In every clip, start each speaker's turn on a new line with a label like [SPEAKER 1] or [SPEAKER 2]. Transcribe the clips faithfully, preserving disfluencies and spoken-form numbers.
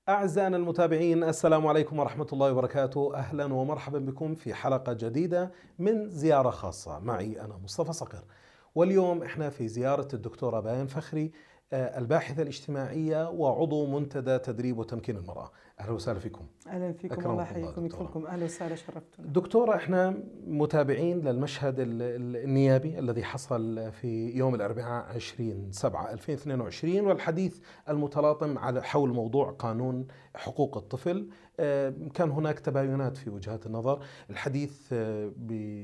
[SPEAKER 1] أعزائنا المتابعين، السلام عليكم ورحمة الله وبركاته. أهلا ومرحبا بكم في حلقة جديدة من زيارة خاصة معي أنا مصطفى صقر. واليوم إحنا في زيارة الدكتورة باين فخري، آه، الباحثة الاجتماعية وعضو منتدى تدريب وتمكين المرأة. أهلا وسهلا فيكم.
[SPEAKER 2] اهلا فيكم، الله يحييكم ويكرمكم. اهلا وسهلا، شرفتونا
[SPEAKER 1] دكتورة. احنا متابعين للمشهد ال- ال- النيابي الذي حصل في يوم الأربعاء عشرين سبعة ألفين واثنين وعشرين، والحديث المتلاطم على حول موضوع قانون حقوق الطفل. آه، كان هناك تباينات في وجهات النظر، الحديث آه،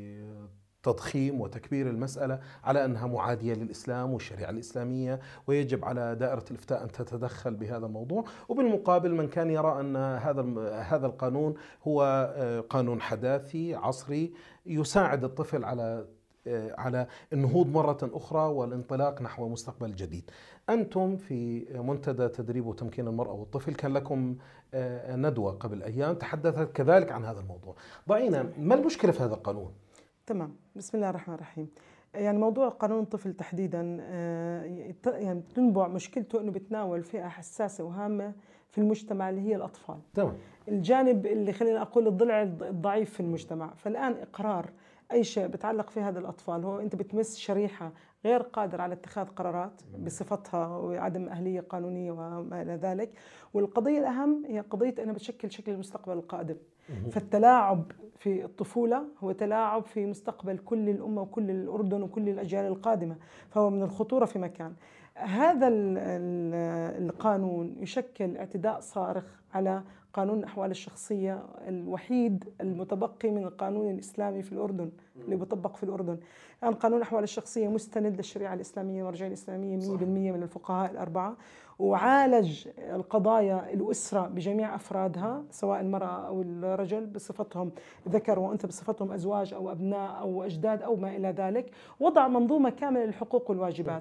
[SPEAKER 1] بتضخيم وتكبير المسألة على أنها معادية للإسلام والشريعة الإسلامية، ويجب على دائرة الإفتاء أن تتدخل بهذا الموضوع. وبالمقابل من كان يرى أن هذا هذا القانون هو آه، قانون حداثي عصري يساعد الطفل على آه، على النهوض مرة أخرى والانطلاق نحو مستقبل جديد. أنتم في منتدى تدريب وتمكين المرأة والطفل كان لكم آه، ندوة قبل أيام تحدثت كذلك عن هذا الموضوع. ضعينا ما المشكلة في هذا القانون؟
[SPEAKER 2] تمام. بسم الله الرحمن الرحيم. يعني موضوع قانون الطفل تحديدا آه، يت- يعني تنبع مشكلته انه بتناول فئه حساسه وهامه في المجتمع اللي هي الاطفال،
[SPEAKER 1] تمام.
[SPEAKER 2] الجانب اللي خلينا اقول الضلع الضعيف في المجتمع. فالان اقرار اي شيء بتعلق في هذا الاطفال هو انت بتمس شريحه غير قادره على اتخاذ قرارات بصفتها وعدم اهليه قانونيه وما الى ذلك. والقضيه الاهم هي قضيه انها بتشكل شكل المستقبل القادم. فالتلاعب في الطفولة هو تلاعب في مستقبل كل الأمة وكل الأردن وكل الأجيال القادمة، فهو من الخطورة في مكان. هذا ال- ال- القانون يشكل اعتداء صارخ على قانون الأحوال الشخصية الوحيد المتبقي من القانون الإسلامي في الأردن اللي بيطبق في الأردن. الآن قانون الأحوال الشخصية مستند للشريعة الإسلامية والمرجعية الإسلامية مئة بالمئة من الفقهاء الأربعة، وعالج القضايا الأسرة بجميع أفرادها سواء المرأة أو الرجل بصفتهم ذكر وأنثى، بصفتهم أزواج أو أبناء أو أجداد أو ما إلى ذلك. وضع منظومة كاملة للحقوق والواجبات،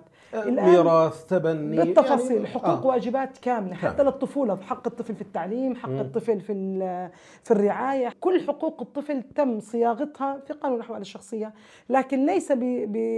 [SPEAKER 1] ميراث، تبني،
[SPEAKER 2] بالتفاصيل،
[SPEAKER 1] يعني
[SPEAKER 2] حقوق
[SPEAKER 1] آه.
[SPEAKER 2] واجبات كاملة حتى
[SPEAKER 1] كامل.
[SPEAKER 2] للطفولة. حق الطفل في التعليم، حق
[SPEAKER 1] مم.
[SPEAKER 2] الطفل في ال- في الرعاية، كل حقوق الطفل تم صياغتها في قانون الأحوال الشخصية، لكن ليس ب-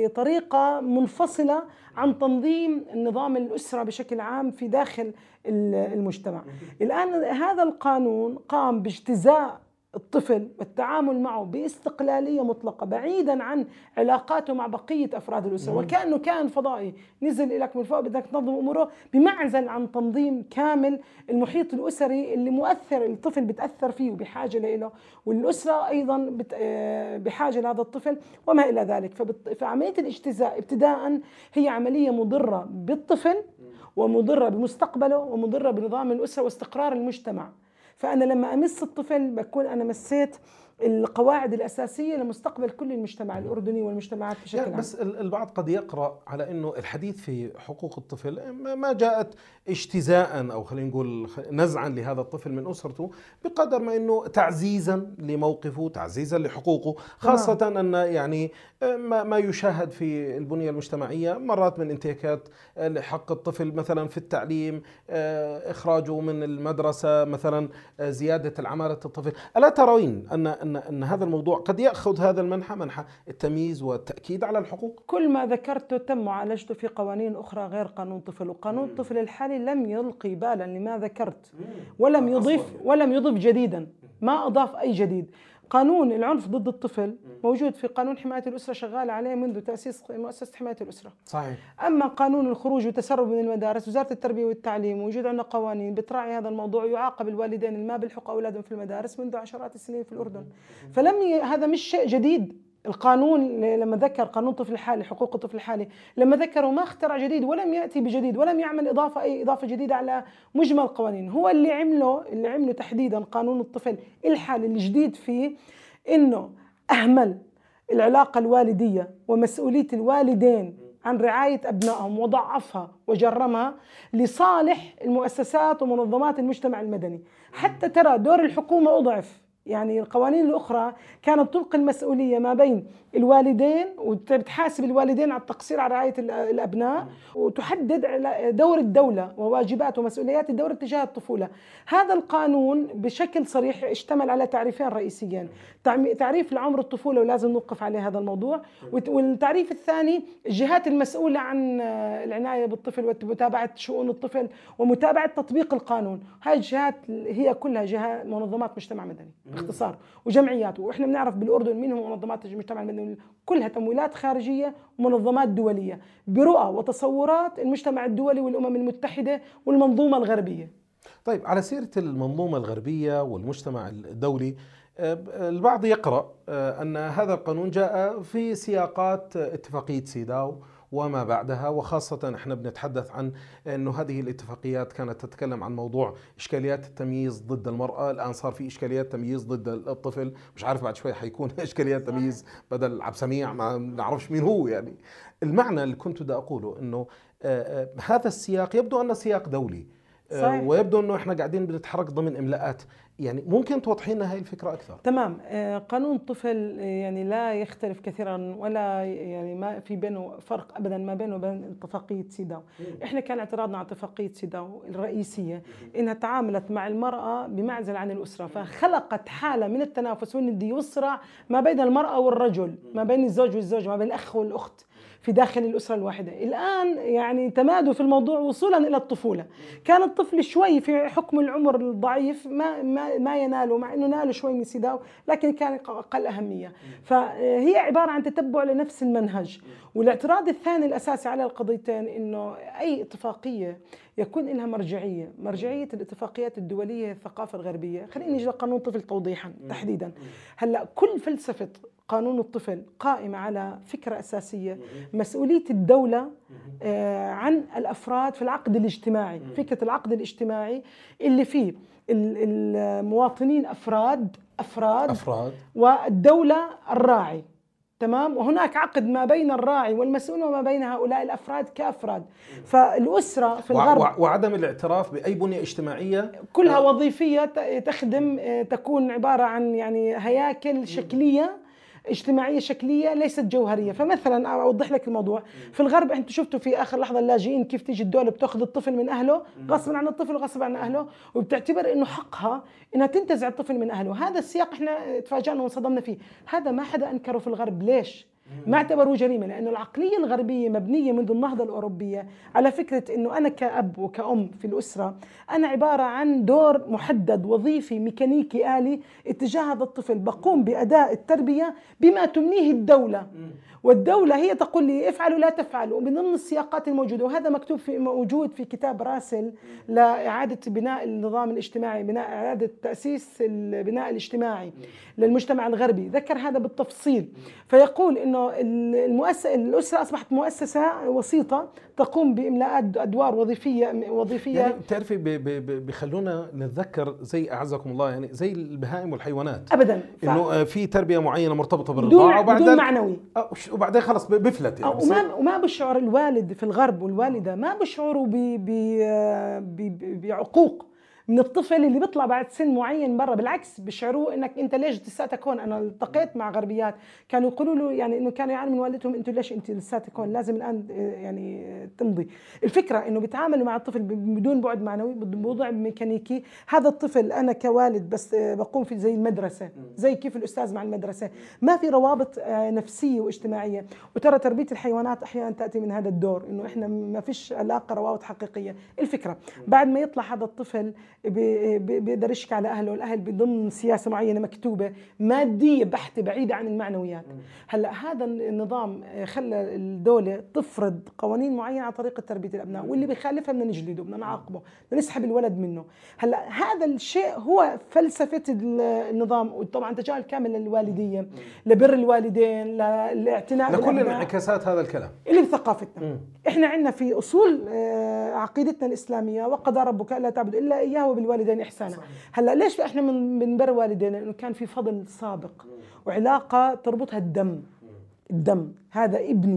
[SPEAKER 2] بطريقة منفصلة عن تنظيم النظام الأسرة بشكل عام في داخل ال- المجتمع. الآن هذا القانون قام باجتزاء الطفل والتعامل معه باستقلالية مطلقة بعيدا عن علاقاته مع بقية أفراد الأسرة، وكأنه كائن فضائي نزل لك من فوق بدك تنظم أموره بمعزل عن تنظيم كامل المحيط الأسري اللي مؤثر، الطفل بتأثر فيه وبحاجة له، والأسرة أيضا بت- آه بحاجة لهذا الطفل وما إلى ذلك. فبت- فعملية الاجتزاء ابتداء هي عملية مضرة بالطفل ومضرة بمستقبله ومضرة بنظام الأسرة واستقرار المجتمع. فأنا لما أمس الطفل بكون أنا مسيت القواعد الأساسية لمستقبل كل المجتمع الأردني والمجتمعات بشكل
[SPEAKER 1] يعني
[SPEAKER 2] عام.
[SPEAKER 1] بس ال- البعض قد يقرأ على أنه الحديث في حقوق الطفل ما ما جاءت اجتزاء أو خلينا نقول خ- نزعا لهذا الطفل من أسرته، بقدر ما أنه تعزيزا لموقفه، تعزيزا لحقوقه، خاصة أن يعني ما ما يشاهد في البنية المجتمعية مرات من انتهاكات لحق الطفل، مثلا في التعليم، آه، إخراجه من المدرسة مثلا، آه، زيادة العمالة الطفل. ألا ترين أن أن أن هذا الموضوع قد يأخذ هذا المنحى، منحى التمييز والتأكيد على الحقوق؟
[SPEAKER 2] كل ما ذكرته تم معالجته في قوانين أخرى غير قانون الطفل، وقانون الطفل الحالي لم يلقي بالا لما ذكرت ولم يضيف ولم يضيف جديدا، ما أضاف أي جديد. قانون العنف ضد الطفل موجود في قانون حماية الأسرة، شغال عليه منذ تأسيس مؤسسة حماية الأسرة.
[SPEAKER 1] صحيح.
[SPEAKER 2] أما قانون الخروج والتسرب من المدارس، وزارة التربية والتعليم وجود عندنا قوانين بتراعي هذا الموضوع، يعاقب الوالدين اللي ما بيلحقوا أولادهم في المدارس منذ عشرات السنين في الأردن. فلم ي... هذا مش شيء جديد. القانون لما ذكر قانون الطفل الحالي، حقوق الطفل الحالي، لما ذكره ما اخترع جديد ولم يأتي بجديد ولم يعمل إضافة أي إضافة جديدة على مجمل القوانين. هو اللي عمله اللي عمله تحديدا قانون الطفل الحالي الجديد فيه إنه أهمل العلاقة الوالدية ومسؤولية الوالدين عن رعاية أبنائهم وضعفها وجرمها لصالح المؤسسات ومنظمات المجتمع المدني. حتى ترى دور الحكومة أضعف، يعني القوانين الأخرى كانت تلقي المسؤولية ما بين الوالدين، وبتحاسب الوالدين على التقصير على رعاية الأبناء، وتحدد دور الدولة وواجبات ومسؤوليات الدولة تجاه الطفولة. هذا القانون بشكل صريح اشتمل على تعريفين رئيسيين: تعريف لعمر الطفولة ولازم نوقف عليه هذا الموضوع، والتعريف الثاني الجهات المسؤولة عن العناية بالطفل ومتابعة شؤون الطفل ومتابعة تطبيق القانون. هاي الجهات هي كلها جهات منظمات مجتمع مدني باختصار وجمعيات، واحنا بنعرف بالاردن مين هم منظمات المجتمع المدني، كلها تمويلات خارجيه ومنظمات دوليه برؤى وتصورات المجتمع الدولي والامم المتحده والمنظومه الغربيه.
[SPEAKER 1] طيب، على سيره المنظومه الغربيه والمجتمع الدولي، البعض يقرأ أن هذا القانون جاء في سياقات اتفاقية سيداو وما بعدها، وخاصة احنا بنتحدث عن أنه هذه الاتفاقيات كانت تتكلم عن موضوع إشكاليات التمييز ضد المرأة. الآن صار في إشكاليات تمييز ضد الطفل، مش عارف بعد شوي حيكون إشكاليات تمييز بدل عبد سميع، ما نعرفش مين هو. يعني المعنى اللي كنت بدي أقوله أنه هذا السياق يبدو أنه سياق دولي، صحيح. ويبدو أنه احنا قاعدين بنتحرك ضمن إملاءات. يعني ممكن توضحي لنا هاي الفكرة أكثر؟
[SPEAKER 2] تمام. قانون الطفل يعني لا يختلف كثيرا، ولا يعني ما في بينه فرق أبدا ما بينه وبين اتفاقية سيداو. إحنا كان اعتراضنا على اتفاقية سيداو الرئيسية إنها تعاملت مع المرأة بمعزل عن الأسرة، فخلقت حالة من التنافس والندية والصراع ما بين المرأة والرجل، ما بين الزوج والزوجة، ما بين الأخ والأخت في داخل الأسرة الواحدة. الآن يعني تمادوا في الموضوع وصولا إلى الطفولة. كان الطفل شوي في حكم العمر الضعيف ما ما ما يناله، مع إنه ناله شوي من سيداو لكن كان أقل أهمية. فهي عبارة عن تتبع لنفس المنهج. والاعتراض الثاني الأساسي على القضيتين إنه أي اتفاقية يكون لها مرجعية. مرجعية الاتفاقيات الدولية هي الثقافة الغربية. خلينا نجي لقانون الطفل توضيحا تحديدا. هلا كل فلسفة قانون الطفل قائمة على فكرة أساسية: مسؤولية الدولة عن الأفراد في العقد الاجتماعي. فكرة العقد الاجتماعي اللي فيه المواطنين أفراد أفراد, أفراد. والدولة الراعي. تمام. وهناك عقد ما بين الراعي والمسؤول وما بين هؤلاء الأفراد كأفراد. فالأسرة في الغرب
[SPEAKER 1] وعدم الاعتراف بأي بنية اجتماعية
[SPEAKER 2] كلها وظيفية تخدم، تكون عبارة عن يعني هياكل شكلية اجتماعية شكلية ليست جوهرية. فمثلا أوضح لك الموضوع: في الغرب أنتم شفتوا في آخر لحظة اللاجئين كيف تيجي الدولة بتأخذ الطفل من أهله غصبا عن الطفل وغصبا عن أهله، وبتعتبر إنه حقها إنها تنتزع الطفل من أهله. هذا السياق إحنا تفاجأنا وانصدمنا فيه. هذا ما حدا أنكره في الغرب. ليش؟ ما اعتبروه جريمة، لأنه العقلية الغربية مبنية منذ النهضة الأوروبية على فكرة أنه أنا كأب وكأم في الأسرة أنا عبارة عن دور محدد وظيفي ميكانيكي آلي اتجاه هذا الطفل، بقوم بأداء التربية بما تمنيه الدولة، والدولة هي تقول لي افعلوا لا تفعلوا من ضمن السياقات الموجودة. وهذا مكتوب في موجود في كتاب راسل لإعادة بناء النظام الاجتماعي، بناء إعادة تأسيس البناء الاجتماعي للمجتمع الغربي، ذكر هذا بالتفصيل. فيقول إنه المؤسسة الأسرة أصبحت مؤسسة وسيطة تقوم بإملاء أدوار وظيفية وظيفية
[SPEAKER 1] يعني بتعرفي بيخلونا نتذكر زي أعزكم الله يعني زي البهائم والحيوانات
[SPEAKER 2] أبدا،
[SPEAKER 1] إنه في تربية معينة مرتبطة بالرضاعة
[SPEAKER 2] وبعد بدون معنوي،
[SPEAKER 1] وبعدين خلص بفلت يعني.
[SPEAKER 2] وما وما بشعر الوالد في الغرب والوالدة ما بشعروا بعقوق من الطفل اللي بيطلع بعد سن معين برا، بالعكس بيشعروه انك انت ليش لساتك هون. انا التقيت مع غربيات كانوا يقولوا له يعني انه كانوا يعانوا من والدتهم: انتوا ليش انت لساتك هون، لازم الان يعني تمضي. الفكره انه بيتعاملوا مع الطفل بدون بعد معنوي، بوضع ميكانيكي. هذا الطفل انا كوالد بس بقوم في زي المدرسه، زي كيف الاستاذ مع المدرسه، ما في روابط نفسيه واجتماعيه. وترى تربيه الحيوانات احيانا تاتي من هذا الدور، انه احنا ما فيش علاقه روابط حقيقيه. الفكره بعد ما يطلع هذا الطفل بيقدر يشكي على أهله، والأهل بضمن سياسة معينة مكتوبة مادية بحتة بعيدة عن المعنويات. هلأ هذا النظام خلى الدولة تفرض قوانين معينة على طريقة تربية الأبناء، واللي بيخالفها بدنا نجلده، بدنا نعاقبه، بدنا نسحب الولد منه. هلأ هذا الشيء هو فلسفة النظام، وطبعا تجاهل كامل للوالدية، لبر الوالدين، للاعتناء
[SPEAKER 1] لكل انعكاسات هذا الكلام
[SPEAKER 2] اللي بثقافتنا. احنا عندنا في أصول عقيدتنا الإسلامية: وقضى ربك ألا تعبدوا إلا إياه وبالوالدين إحسانا. هلا ليش احنا من بنبر والدينا؟ لأنه كان في فضل سابق وعلاقة تربطها الدم. الدم هذا ابني،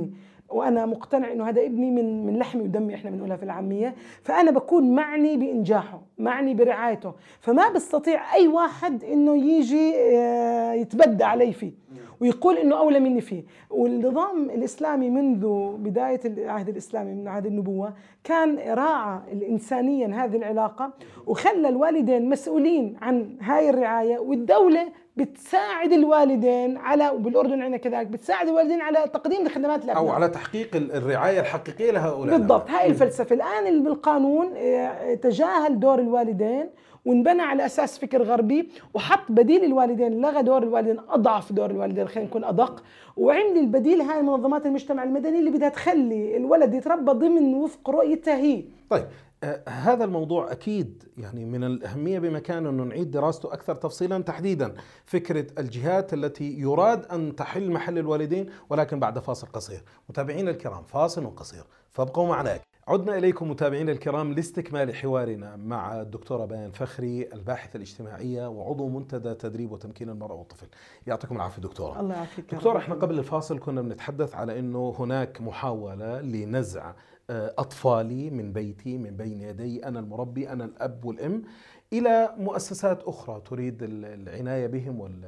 [SPEAKER 2] وانا مقتنع انه هذا ابني من من لحمي ودمي، احنا بنقولها في العاميه، فانا بكون معني بانجاحه، معني برعايته، فما بستطيع اي واحد انه يجي يتبدى علي فيه ويقول انه اولى مني فيه. والنظام الاسلامي منذ بدايه العهد الاسلامي من عهد النبوه كان راعى الانسانيا هذه العلاقه، وخلى الوالدين مسؤولين عن هاي الرعايه، والدوله بتساعد الوالدين على، وبالاردن عندنا كذلك بتساعد الوالدين على تقديم الخدمات للابناء
[SPEAKER 1] او على تحقيق الرعايه الحقيقيه لهؤلاء.
[SPEAKER 2] بالضبط، هاي الفلسفه. الان بالقانون تجاهل دور الوالدين وانبنى على اساس فكر غربي، وحط بديل الوالدين، لغى دور الوالدين، اضعف دور الوالدين، خلينا نكون ادق، وعمل البديل هاي منظمات المجتمع المدني اللي بدها تخلي الولد يتربى ضمن وفق رؤيتها هي.
[SPEAKER 1] طيب آه هذا الموضوع اكيد يعني من الاهميه بمكان انه نعيد دراسته اكثر تفصيلا، تحديدا فكره الجهات التي يراد ان تحل محل الوالدين، ولكن بعد فاصل قصير. متابعينا الكرام، فاصل قصير فابقوا معنا. عدنا إليكم متابعينا الكرام لاستكمال حوارنا مع الدكتورة بيان فخري، الباحثة الاجتماعية وعضو منتدى تدريب وتمكين المرأة والطفل. يعطيكم العافية دكتورة.
[SPEAKER 2] الله يعافيك
[SPEAKER 1] دكتورة، احنا قبل الفاصل كنا بنتحدث على انه هناك محاولة لنزع أطفالي من بيتي، من بين يدي أنا المربي، أنا الأب والأم، إلى مؤسسات أخرى تريد العناية بهم. وال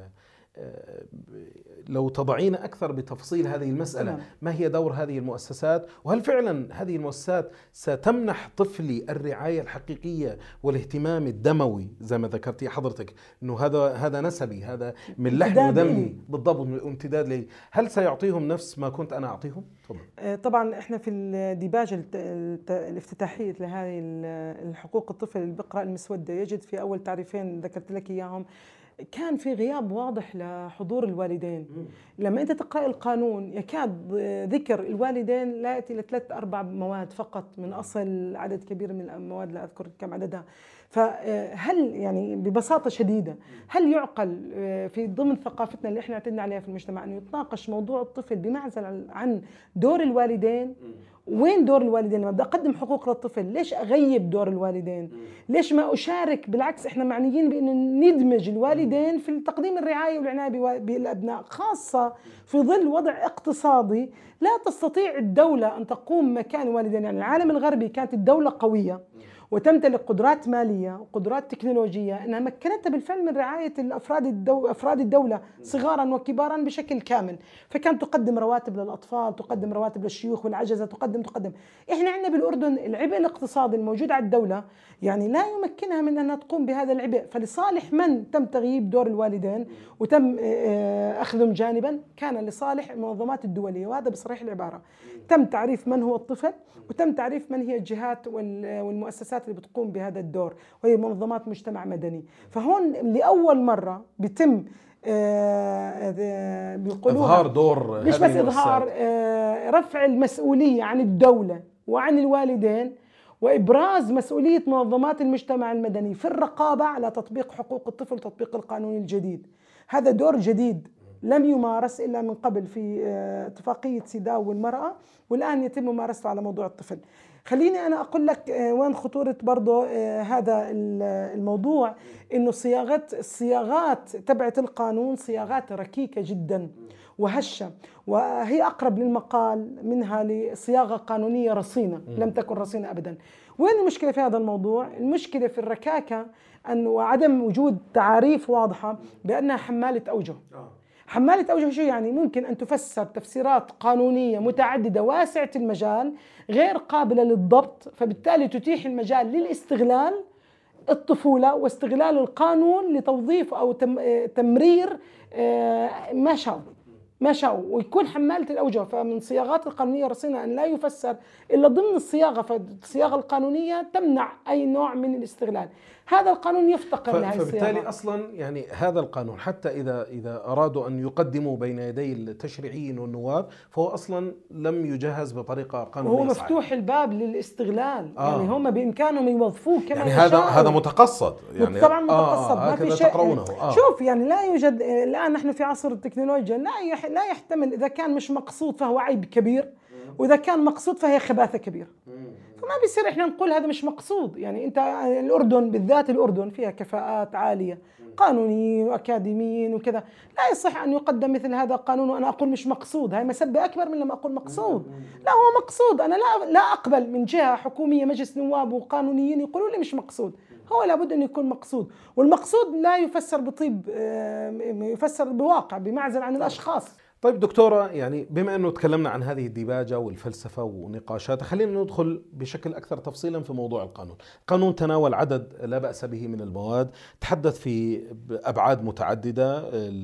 [SPEAKER 1] لو تضعين أكثر بتفصيل هذه المسألة، ما هي دور هذه المؤسسات، وهل فعلا هذه المؤسسات ستمنح طفلي الرعاية الحقيقية والاهتمام الدموي زي ما ذكرتي حضرتك، أنه هذا هذا نسبي، هذا من لحم ودمي بالضبط، من امتداد لي، هل سيعطيهم نفس ما كنت أنا أعطيهم؟
[SPEAKER 2] طبعا. طبعا احنا في الديباجة الافتتاحية لهذه الحقوق الطفل اللي بقرأ المسودة يجد في أول تعريفين ذكرت لك إياهم كان في غياب واضح لحضور الوالدين. لما أنت تقرأ القانون يكاد ذكر الوالدين لا يأتي لثلاث أربع مواد فقط من أصل عدد كبير من المواد، لا أذكر كم عددها. فهل يعني ببساطة شديدة هل يعقل في ضمن ثقافتنا اللي احنا اعتدنا عليها في المجتمع أن يتناقش موضوع الطفل بمعزل عن دور الوالدين؟ وين دور الوالدين؟ لما بدي أقدم حقوق للطفل ليش أغيب دور الوالدين؟ ليش ما أشارك؟ بالعكس احنا معنيين بأن ندمج الوالدين في تقديم الرعاية والعناية بالأبناء، خاصة في ظل وضع اقتصادي لا تستطيع الدولة أن تقوم مكان الوالدين. يعني العالم الغربي كانت الدولة قوية وتمتلك قدرات مالية وقدرات تكنولوجية أنها مكنتها بالفعل من رعاية الأفراد الدو... أفراد الدولة صغارا وكبارا بشكل كامل، فكانت تقدم رواتب للأطفال، تقدم رواتب للشيوخ والعجزة، تقدم تقدم إحنا عندنا بالأردن العبء الاقتصادي الموجود على الدولة يعني لا يمكنها من أنها تقوم بهذا العبء، فلصالح من تم تغييب دور الوالدين وتم أخذهم جانبا؟ كان لصالح المنظمات الدولية، وهذا بصريح العبارة. تم تعريف من هو الطفل، وتم تعريف من هي الجهات والمؤسسات اللي بتقوم بهذا الدور، وهي منظمات مجتمع مدني. فهون لأول مرة بيتم بيقولوها
[SPEAKER 1] إظهار دور،
[SPEAKER 2] مش بس إظهار، رفع المسؤولية عن الدولة وعن الوالدين، وإبراز مسؤولية منظمات المجتمع المدني في الرقابة على تطبيق حقوق الطفل وتطبيق القانون الجديد. هذا دور جديد لم يمارس إلا من قبل في اتفاقية سيداو والمرأة، والآن يتم ممارسته على موضوع الطفل. خليني أنا أقول لك وين خطورة برضو هذا الموضوع، إنه صياغات الصياغات تبعت القانون صياغات ركيكة جدا وهشة، وهي أقرب للمقال منها لصياغة قانونية رصينة لم تكن رصينة أبدا. وين المشكلة في هذا الموضوع؟ المشكلة في الركاكة أن وعدم وجود تعاريف واضحة بأنها حمالة أوجه. حمالة أوجه شو يعني؟ ممكن أن تفسر تفسيرات قانونية متعددة واسعة المجال غير قابلة للضبط، فبالتالي تتيح المجال للاستغلال الطفولة واستغلال القانون لتوظيف أو تمرير ما شاء ما شاء ويكون حمالة الأوجه. فمن صياغات القانونية رصينة أن لا يفسر إلا ضمن الصياغة، فالصياغة القانونية تمنع أي نوع من الاستغلال. هذا القانون يفتقر لهذه الصياغة.
[SPEAKER 1] فبالتالي أصلا يعني هذا القانون حتى إذا إذا أرادوا أن يقدموا بين يدي التشريعيين والنواب فهو أصلا لم يجهز بطريقة قانونية،
[SPEAKER 2] وهو مفتوح صحيح. الباب للاستغلال. آه. يعني هم بإمكانهم يوظفوه كما
[SPEAKER 1] يعني هذا هذا متقصد، يعني
[SPEAKER 2] طبعا متقصد.
[SPEAKER 1] آه
[SPEAKER 2] ما في شيء
[SPEAKER 1] آه.
[SPEAKER 2] شوف يعني لا يوجد الآن، نحن في عصر التكنولوجيا، لا يح... لا يحتمل إذا كان مش مقصود فهو عيب كبير، وإذا كان مقصود فهي خباثة كبيرة. فما بيصير احنا نقول هذا مش مقصود. يعني انت الاردن بالذات، الاردن فيها كفاءات عاليه، قانونيين واكاديميين وكذا، لا يصح ان يقدم مثل هذا القانون وانا اقول مش مقصود. هاي مسبه اكبر من لما اقول مقصود. لا هو مقصود. انا لا لا اقبل من جهه حكوميه مجلس نواب وقانونيين يقولوا لي مش مقصود. هو لابد أن يكون مقصود، والمقصود لا يفسر بطيب، يفسر بواقع، بمعزل عن الأشخاص.
[SPEAKER 1] طيب دكتورة، يعني بما أنه تكلمنا عن هذه الديباجة والفلسفة ونقاشاتها، خلينا ندخل بشكل أكثر تفصيلا في موضوع القانون. القانون تناول عدد لا بأس به من المواد، تحدث في أبعاد متعددة: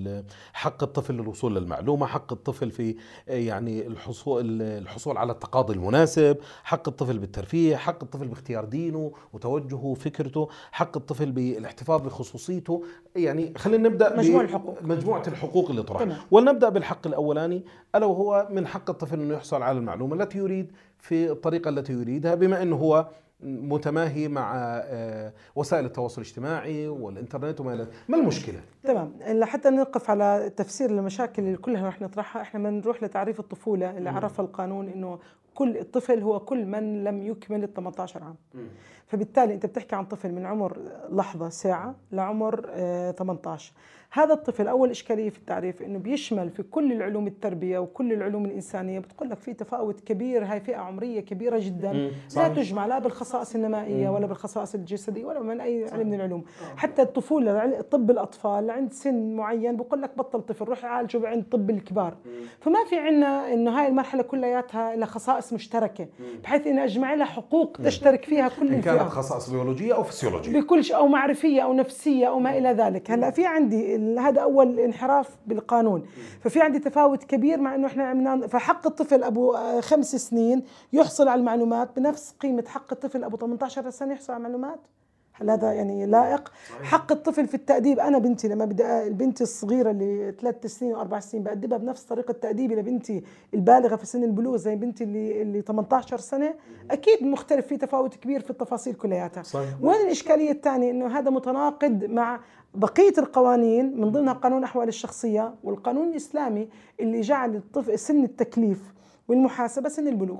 [SPEAKER 1] حق الطفل للوصول للمعلومة، حق الطفل في يعني الحصول الحصول على التقاضي المناسب، حق الطفل بالترفيه، حق الطفل باختيار دينه وتوجهه وفكرته، حق الطفل بالاحتفاظ بخصوصيته. يعني خلينا نبدأ
[SPEAKER 2] مجموع الحقوق،
[SPEAKER 1] مجموعة الحقوق اللي طرحها، ونبدأ بالحق الأولاني، ألا وهو من حق الطفل أنه يحصل على المعلومة التي يريد في الطريقة التي يريدها، بما أنه هو متماهي مع وسائل التواصل الاجتماعي والإنترنت وما إلى ذلك. ما المشكلة؟
[SPEAKER 2] تمام. لحتى نقف على تفسير المشاكل اللي كلها رح نطرحها، احنا بنروح لتعريف الطفولة اللي عرفها القانون، انه كل الطفل هو كل من لم يكمل ال ثمانية عشر عام. فبالتالي انت بتحكي عن طفل من عمر لحظة ساعة لعمر ثمانية عشر. هذا الطفل أول إشكالية في التعريف إنه بيشمل في كل العلوم التربية وكل العلوم الإنسانية. بتقول لك في تفاوت كبير، هاي فئة عمرية كبيرة جدا لا تجمع لا بالخصائص النمائية ولا بالخصائص الجسدية ولا من أي علم من العلوم. حتى الطفولة، طب الأطفال عند سن معين بقول لك بطل طفل، روح عالجه عند طب الكبار. فما في عندنا إنه هاي المرحلة كلياتها لها خصائص مشتركة بحيث إن أجمع لها حقوق تشترك فيها كل الفئات،
[SPEAKER 1] كانت خصائص بيولوجية أو فسيولوجية
[SPEAKER 2] بكل شيء، أو معرفية أو نفسية أو ما إلى ذلك. هلا في عندي هذا أول انحراف بالقانون، ففي عندي تفاوت كبير مع إنه إحنا عملنا. فحق الطفل أبو خمس سنين يحصل على المعلومات بنفس قيمة حق الطفل أبو ثمانية عشر سنة يحصل على المعلومات. هل هذا يعني لائق؟ حق الطفل في التأديب، أنا بنتي لما بدي البنت الصغيرة اللي ثلاث سنين وأربع سنين بأدبها بنفس طريقة تأديبي لبنتي البالغة في سن البلوغ زي بنتي اللي اللي ثمانية عشر سنة، أكيد مختلف، في تفاوت كبير في التفاصيل كلياتها. وين الإشكالية الثانية؟ إنه هذا متناقض مع بقية القوانين من ضمنها قانون أحوال الشخصية والقانون الإسلامي اللي جعل الطفل سن التكليف والمحاسبة سن البلوغ.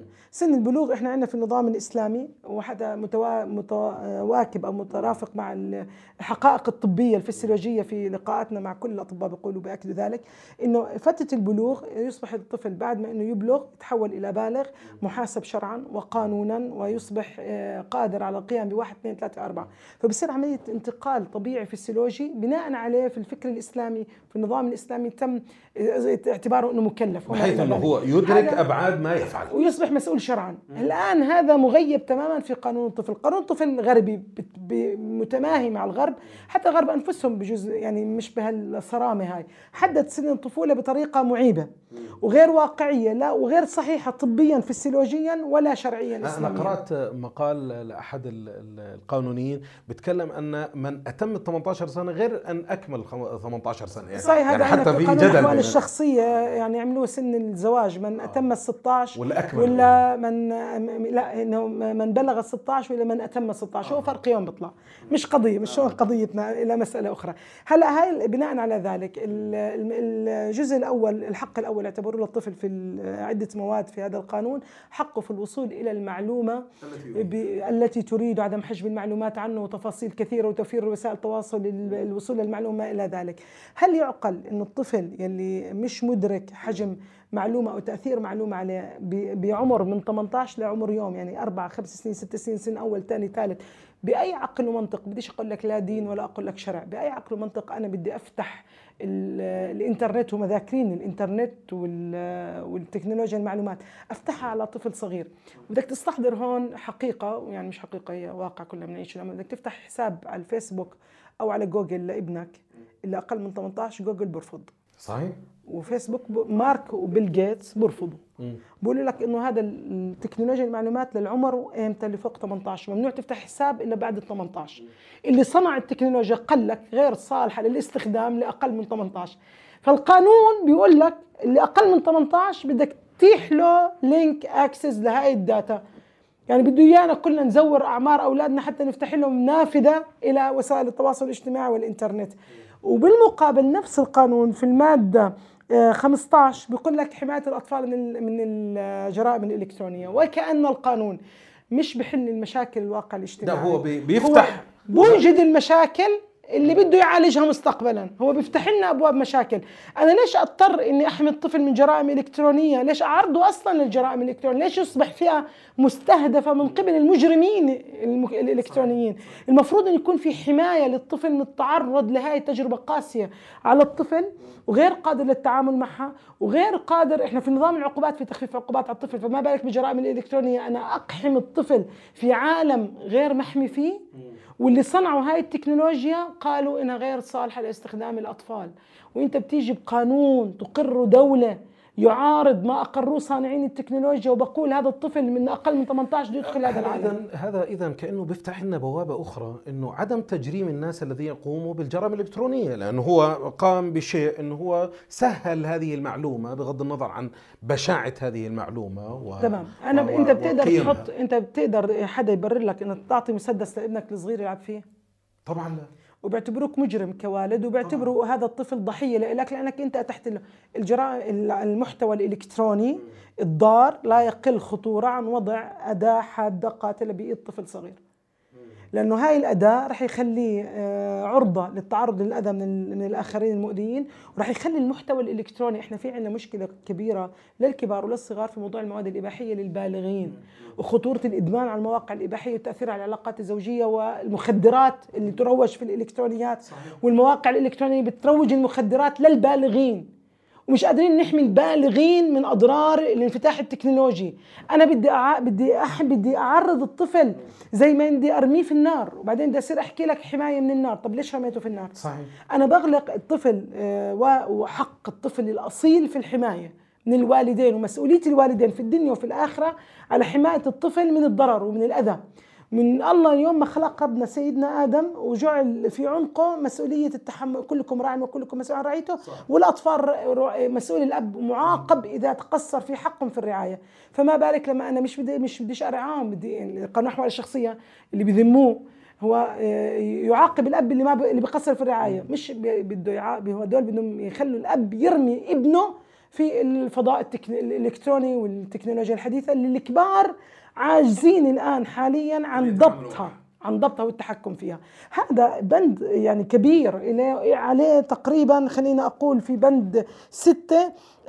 [SPEAKER 2] سن البلوغ احنا عندنا في النظام الإسلامي وحتى متوا... متواكب أو مترافق مع الحقائق الطبية الفسيولوجية في لقاءاتنا مع كل الأطباء بيقولوا بيأكدوا ذلك، إنه فترة البلوغ يصبح الطفل بعد ما إنه يبلغ يتحول إلى بالغ محاسب شرعا وقانونا ويصبح قادر على القيام بواحد اثنين ثلاثة أربعة. فبصير عملية انتقال طبيعي فسيولوجي بناء عليه في الفكر الإسلامي في النظام الإسلامي تم اعتباره إنه مكلف،
[SPEAKER 1] بحيث أنه هو يدرك أبعاد ما يفعل
[SPEAKER 2] ويصبح مسؤول شرعا. الآن هذا مغيب تماما في قانون الطفل. قانون الطفل الغربي متماهي مع الغرب، حتى الغرب أنفسهم بجزء يعني مش بهالصرامة هاي، حدد سن الطفولة بطريقة معيبة وغير واقعية، لا وغير صحيحة طبيا فسيولوجيا ولا شرعيا إسلاميا.
[SPEAKER 1] أنا قرأت مقال لأحد القانونيين بتكلم أن من أتم ثمانية عشر سنة غير أن أكمل ثمانية عشر سنة، يعني,
[SPEAKER 2] صحيح.
[SPEAKER 1] يعني
[SPEAKER 2] هذا
[SPEAKER 1] حتى
[SPEAKER 2] في قانون الأحوال الشخصية يعني عملوه سن الزواج من أتم ال ستة عشر
[SPEAKER 1] ولا أكمل
[SPEAKER 2] ولا من لا إنه من بلغ ال ستة عشر ولا من أتم ال ستة عشر. هو فرق يوم بيطلع، مش قضية، مش شو قضيتنا إلى مسألة أخرى. هلا هاي بناء على ذلك الجزء الأول، الحق الأول اعتبروه للطفل في عدة مواد في هذا القانون، حقه في الوصول إلى المعلومة التي تريد، عدم حجب المعلومات عنه وتفاصيل كثيرة وتوفير وسائل التواصل للوصول للمعلومة إلى ذلك. هل يعقل إنه الطفل يلي مش مدرك حجم معلومة أو تأثير معلومة عليه بعمر من ثمانية عشر لعمر يوم، يعني أربع خمس سنين ست سنين، سن أول ثاني ثالث، بأي عقل ومنطق؟ بديش أقول لك لا دين ولا أقول لك شرع، بأي عقل ومنطق أنا بدي أفتح الإنترنت ومذاكرين الإنترنت والتكنولوجيا المعلومات أفتحها على طفل صغير؟ بدك تستحضر هون حقيقة، يعني مش حقيقة، هي واقع كلنا بنعيشه. لما بدك تفتح حساب على الفيسبوك أو على جوجل لابنك اللي أقل من ثمانية عشر، جوجل برفض.
[SPEAKER 1] صحيح.
[SPEAKER 2] وفيسبوك مارك وبيل جيتس برفضوا، بقولوا لك انه هذا التكنولوجيا المعلومات للعمر امتى اللي فوق ثمانية عشر، ممنوع تفتح حساب الا بعد ال ثمانية عشر. اللي صنع التكنولوجيا قال لك غير صالحه للاستخدام لاقل من ثمانية عشر. فالقانون بيقول لك اللي اقل من ثمانية عشر بدك تتيح له لينك اكسس لهاي الداتا، يعني بده ايانا كلنا نزور اعمار اولادنا حتى نفتح لهم نافذه الى وسائل التواصل الاجتماعي والانترنت. وبالمقابل نفس القانون في الماده خمسة عشر بيقول لك حماية الأطفال من من الجرائم الإلكترونية، وكأن القانون مش بحل المشاكل الواقع الاجتماعي.
[SPEAKER 1] لا، هو بيفتح،
[SPEAKER 2] بوجد المشاكل اللي بده يعالجها مستقبلا. هو بيفتح لنا ابواب مشاكل. انا ليش اضطر اني احمي الطفل من جرائم الكترونيه؟ ليش اعرضه اصلا للجرائم الالكترونيه؟ ليش يصبح فيها مستهدفه من قبل المجرمين الالكترونيين؟ المفروض ان يكون في حمايه للطفل من التعرض لهذه التجربه قاسيه على الطفل وغير قادر للتعامل معها وغير قادر. احنا في نظام العقوبات في تخفيف عقوبات على الطفل، فما بالك بالجرائم الالكترونيه؟ انا اقحم الطفل في عالم غير محمي فيه، واللي صنعوا هاي التكنولوجيا قالوا انها غير صالحه لاستخدام الاطفال، وانت بتيجي بقانون تقر دوله يعارض ما اقروه صانعين التكنولوجيا، وبقول هذا الطفل من اقل من ثمانية عشر بده يدخل هذا العالم.
[SPEAKER 1] هذا اذا كانه بيفتح لنا بوابه اخرى، انه عدم تجريم الناس الذين يقوموا بالجرائم الالكترونيه، لانه هو قام بشيء انه هو سهل هذه المعلومه بغض النظر عن بشاعه هذه المعلومه و...
[SPEAKER 2] تمام. انا
[SPEAKER 1] و...
[SPEAKER 2] انت بتقدر
[SPEAKER 1] وقيمها.
[SPEAKER 2] تحط، انت بتقدر حدا يبرر لك انك تعطي مسدس لابنك الصغير يلعب فيه؟
[SPEAKER 1] طبعا لا.
[SPEAKER 2] وبيعتبروك مجرم كوالد، وبيعتبروا هذا الطفل ضحيه لك لانك انت اتحت له الجرائم. المحتوى الالكتروني الضار لا يقل خطوره عن وضع اداه حاده قاتله بايد طفل صغير، لانه هاي الاداه رح يخليه عرضه للتعرض للاذى من من الاخرين المؤذيين، ورح يخلي المحتوى الالكتروني. احنا في عندنا مشكله كبيره للكبار وللصغار في موضوع المواد الاباحيه للبالغين، وخطوره الادمان على المواقع الاباحيه وتاثيرها على العلاقات الزوجيه، والمخدرات اللي تروج في الالكترونيات. صحيح. والمواقع الالكترونيه بتروج المخدرات للبالغين، ومش قادرين نحمي البالغين من اضرار الانفتاح التكنولوجي. انا بدي أع... بدي أح... بدي اعرض الطفل زي ما بدي ارميه في النار، وبعدين بدي اصير احكي لك حمايه من النار. طب ليش رميته في النار؟
[SPEAKER 1] صحيح.
[SPEAKER 2] انا بغلق الطفل وحق الطفل الاصيل في الحمايه من الوالدين، ومسؤوليه الوالدين في الدنيا وفي الاخره على حمايه الطفل من الضرر ومن الاذى من الله. يوم ما خلق ربنا سيدنا آدم وجعل في عنقه مسؤولية التحمل، كلكم راع وكلكم مسؤول عن رعيته. صح. والأطفال مسؤول الأب معاقب إذا تقصر في حقهم في الرعاية، فما بالك لما أنا مش بدي مش بديش أرعاهم. بدي قانون الأحوال الشخصية اللي بيذموه هو يعاقب الأب اللي ما اللي بيقصر في الرعاية، مش بده يعاقب. هو دول بدهم يخلوا الأب يرمي ابنه في الفضاء التكن... الإلكتروني والتكنولوجيا الحديثة اللي الكبار عاجزين الآن حاليا عن ضبطها عن ضبطها والتحكم فيها. هذا بند يعني كبير عليه تقريبا، خلينا أقول في بند ستة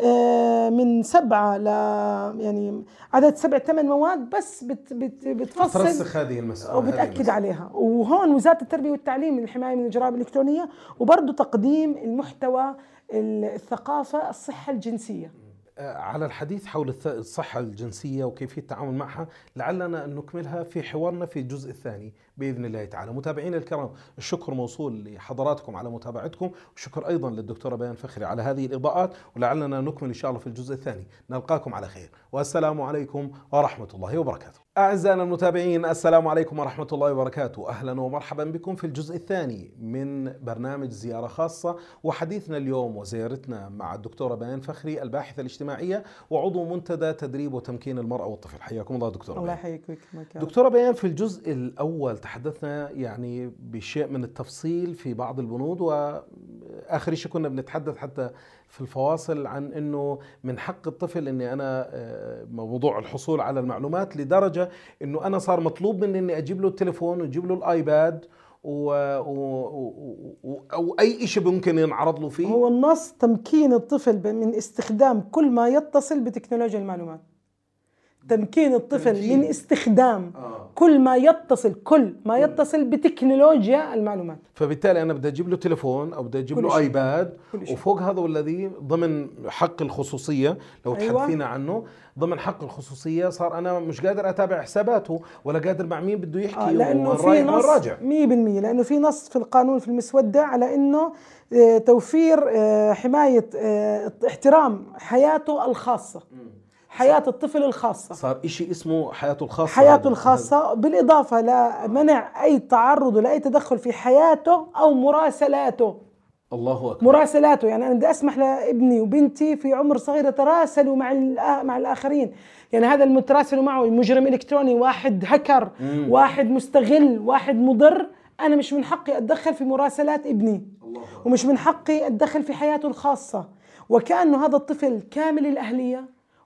[SPEAKER 2] من سبعة ل يعني عدد سبع ثمان مواد بس بت بت بتفصل
[SPEAKER 1] ترسخ هذه المسألة
[SPEAKER 2] وبتأكد عليها. وهون وزارة التربية والتعليم للحماية من الجرائم الإلكترونية، وبرضه تقديم المحتوى الثقافة الصحة الجنسية.
[SPEAKER 1] على الحديث حول الصحة الجنسية وكيفية التعامل معها، لعلنا أن نكملها في حوارنا في الجزء الثاني بإذن الله تعالى. متابعينا الكرام، الشكر موصول لحضراتكم على متابعتكم، والشكر أيضا للدكتورة بيان فخري على هذه الإضاءات، ولعلنا نكمل إن شاء الله في الجزء الثاني. نلقاكم على خير، والسلام عليكم ورحمة الله وبركاته. أعزائنا المتابعين، السلام عليكم ورحمة الله وبركاته. أهلا ومرحبا بكم في الجزء الثاني من برنامج زيارة خاصة، وحديثنا اليوم وزيارتنا مع الدكتورة بيان فخري الباحثة الاجتماعية وعضو منتدى تدريب وتمكين المرأة والطفل. حياكم الله دكتورة.
[SPEAKER 2] الله يحييك ويكرمك.
[SPEAKER 1] دكتورة بيان، في الجزء الأول تحدثنا يعني بشيء من التفصيل في بعض البنود، وآخر شيء كنا بنتحدث حتى في الفواصل عن أنه من حق الطفل أني أنا موضوع الحصول على المعلومات، لدرجة أنه أنا صار مطلوب مني أني أجيب له التليفون وأجيب له الآيباد و... و... و... أو أي شيء ممكن ينعرض له فيه.
[SPEAKER 2] هو النص تمكين الطفل من استخدام كل ما يتصل بتكنولوجيا المعلومات. تمكين الطفل تمكين. من استخدام آه. كل ما يتصل كل ما يتصل بتكنولوجيا المعلومات.
[SPEAKER 1] فبالتالي أنا بدي أجيب له تليفون أو بدي أجيب له شيء. آيباد، وفوق هذا والذي ضمن حق الخصوصية لو أيوة. تحدثينا عنه ضمن حق الخصوصية، صار أنا مش قادر أتابع حساباته ولا قادر مع مين بده يحكي. آه
[SPEAKER 2] لأنه في نص مية بالمية، لأنه في نص في القانون في المسودة على إنه اه توفير اه حماية اه احترام حياته الخاصة، حياة الطفل الخاصة.
[SPEAKER 1] صار إشي اسمه حياته الخاصة،
[SPEAKER 2] حياته الخاصة، بالإضافة لمنع أي تعرض ولا أي تدخل في حياته أو مراسلاته.
[SPEAKER 1] الله أكبر.
[SPEAKER 2] مراسلاته، يعني أنا بدي أسمح لابني وبنتي في عمر صغير يتراسلوا مع مع الآخرين. يعني هذا المتراسل معه مجرم إلكتروني، واحد هكر، مم. واحد مستغل، واحد مضر، أنا مش من حقي أتدخل في مراسلات ابني، الله أكبر. ومش من حقي أتدخل في حياته الخاصة، وكأنه هذا الطفل كامل الأهلية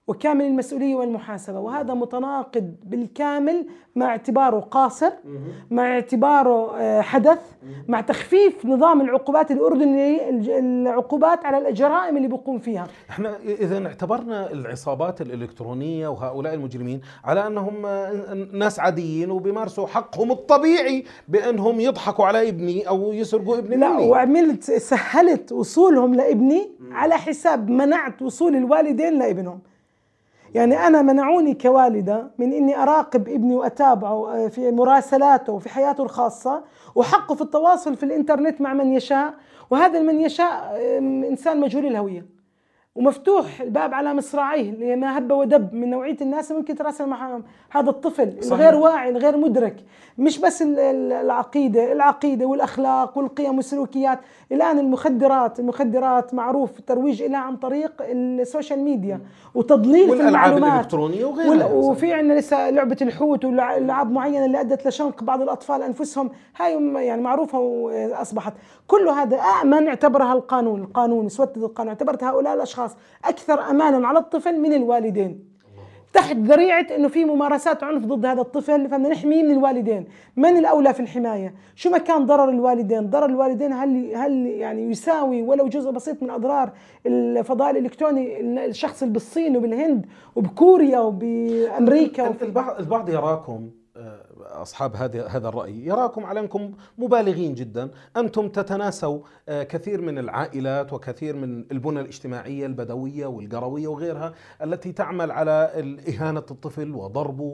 [SPEAKER 2] وكامل المسؤولية والمحاسبة، وهذا متناقض بالكامل مع اعتباره قاصر، مع اعتباره حدث، مع تخفيف نظام العقوبات الأردني، العقوبات على الجرائم اللي بيقوم فيها.
[SPEAKER 1] احنا إذا اعتبرنا العصابات الإلكترونية وهؤلاء المجرمين على أنهم ناس عاديين وبيمارسوا حقهم الطبيعي بأنهم يضحكوا على ابني أو يسرقوا ابني
[SPEAKER 2] لا
[SPEAKER 1] مني،
[SPEAKER 2] وعملت سهلت وصولهم لابني على حساب منعت وصول الوالدين لابنهم. يعني أنا منعوني كوالدة من إني أراقب ابني وأتابعه في مراسلاته وفي حياته الخاصة، وحقه في التواصل في الإنترنت مع من يشاء، وهذا من يشاء إنسان مجهول الهوية، ومفتوح الباب على مصراعيه لما هب ودب من نوعية الناس ممكن تراسل مع هذا الطفل الغير واعي الغير مدرك. مش بس العقيدة العقيدة والأخلاق والقيم والسلوكيات، الآن المخدرات المخدرات معروف الترويج إليها عن طريق السوشيال ميديا وتضليل في المعلومات
[SPEAKER 1] الإلكترونية وغيرها.
[SPEAKER 2] وفي عندنا لسه لعبة الحوت والألعاب معينة اللي أدت لشنق بعض الأطفال أنفسهم، هاي يعني معروفة وأصبحت كل هذا أأمن اعتبرها القانون القانون اسودت القانون، اعتبرت هؤلاء الأشخاص أكثر أمانا على الطفل من الوالدين، تحت ذريعة إنه في ممارسات عنف ضد هذا الطفل، فبدنا نحميه من الوالدين. من الأولى في الحماية؟ شو ما كان ضرر الوالدين، ضرر الوالدين هل هل يعني يساوي ولو جزء بسيط من أضرار الفضاء الإلكتروني الشخص اللي بالصين وبالهند وبكوريا وبأمريكا؟
[SPEAKER 1] البعض البعض يراكم أصحاب هذا هذا الرأي يراكم على أنكم مبالغين جدا، أنتم تتناسوا كثير من العائلات وكثير من البنى الاجتماعية البدوية والقروية وغيرها التي تعمل على إهانة الطفل وضربه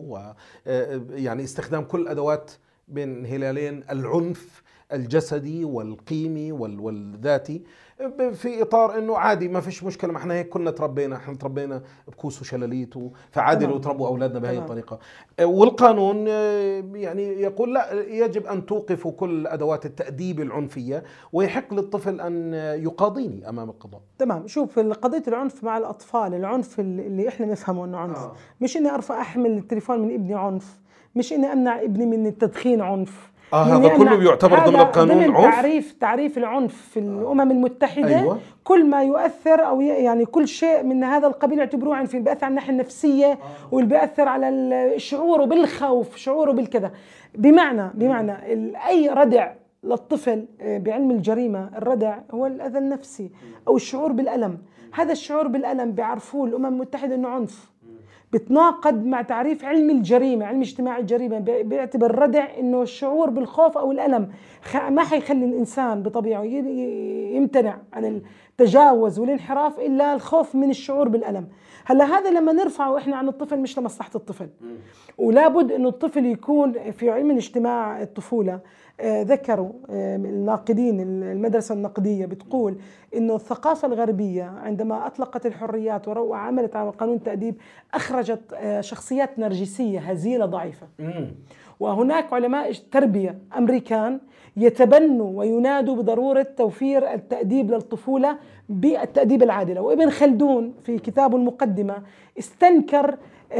[SPEAKER 1] ويعني استخدام كل أدوات بين هلالين العنف الجسدي والقيمي والذاتي في اطار انه عادي ما فيش مشكله، ما احنا هيك كنا تربينا، احنا تربينا بكوس وشلاليت، فعادي لو تربوا اولادنا بهذه الطريقه. والقانون يعني يقول لا، يجب ان توقفوا كل ادوات التاديب العنفيه ويحق للطفل ان يقاضيني امام القضاء.
[SPEAKER 2] تمام. شوف قضيه العنف مع الاطفال، العنف اللي احنا نفهمه انه عنف، آه. مش اني ارفع احمل التليفون من ابني عنف، مش اني امنع ابني من التدخين عنف.
[SPEAKER 1] آه هذا كله بيعتبر ضمن القانون
[SPEAKER 2] ضمن
[SPEAKER 1] عنف.
[SPEAKER 2] تعريف تعريف العنف في الأمم المتحدة.
[SPEAKER 1] أيوة.
[SPEAKER 2] كل ما يؤثر أو يعني كل شيء من هذا القبيل يعتبروه عنف، اللي بيأثر على الناحية النفسية آه. واللي بيأثر على الشعور بالخوف، شعوره بالكذا. بمعنى بمعنى أي ردع للطفل بعلم الجريمة، الردع هو الأذى النفسي أو الشعور بالألم. هذا الشعور بالألم بيعرفوه الأمم المتحدة إنه عنف، بتناقض مع تعريف علم الجريمة، علم اجتماع الجريمة بيعتبر الردع إنه الشعور بالخوف أو الألم ما حيخلي الإنسان بطبيعه يمتنع عن التجاوز والانحراف إلا الخوف من الشعور بالألم. هلا هذا لما نرفعه إحنا عن الطفل مش لمصلحة الطفل، ولا بد إنه الطفل يكون في علم اجتماع الطفولة. آه ذكروا آه الناقدين المدرسة النقدية بتقول إنه الثقافة الغربية عندما أطلقت الحريات وعملت على قانون التأديب أخرجت آه شخصيات نرجسية هزيلة ضعيفة. وهناك علماء تربية أمريكان يتبنوا وينادوا بضرورة توفير التأديب للطفولة بالتأديب العادلة. وابن خلدون في كتابه المقدمة استنكر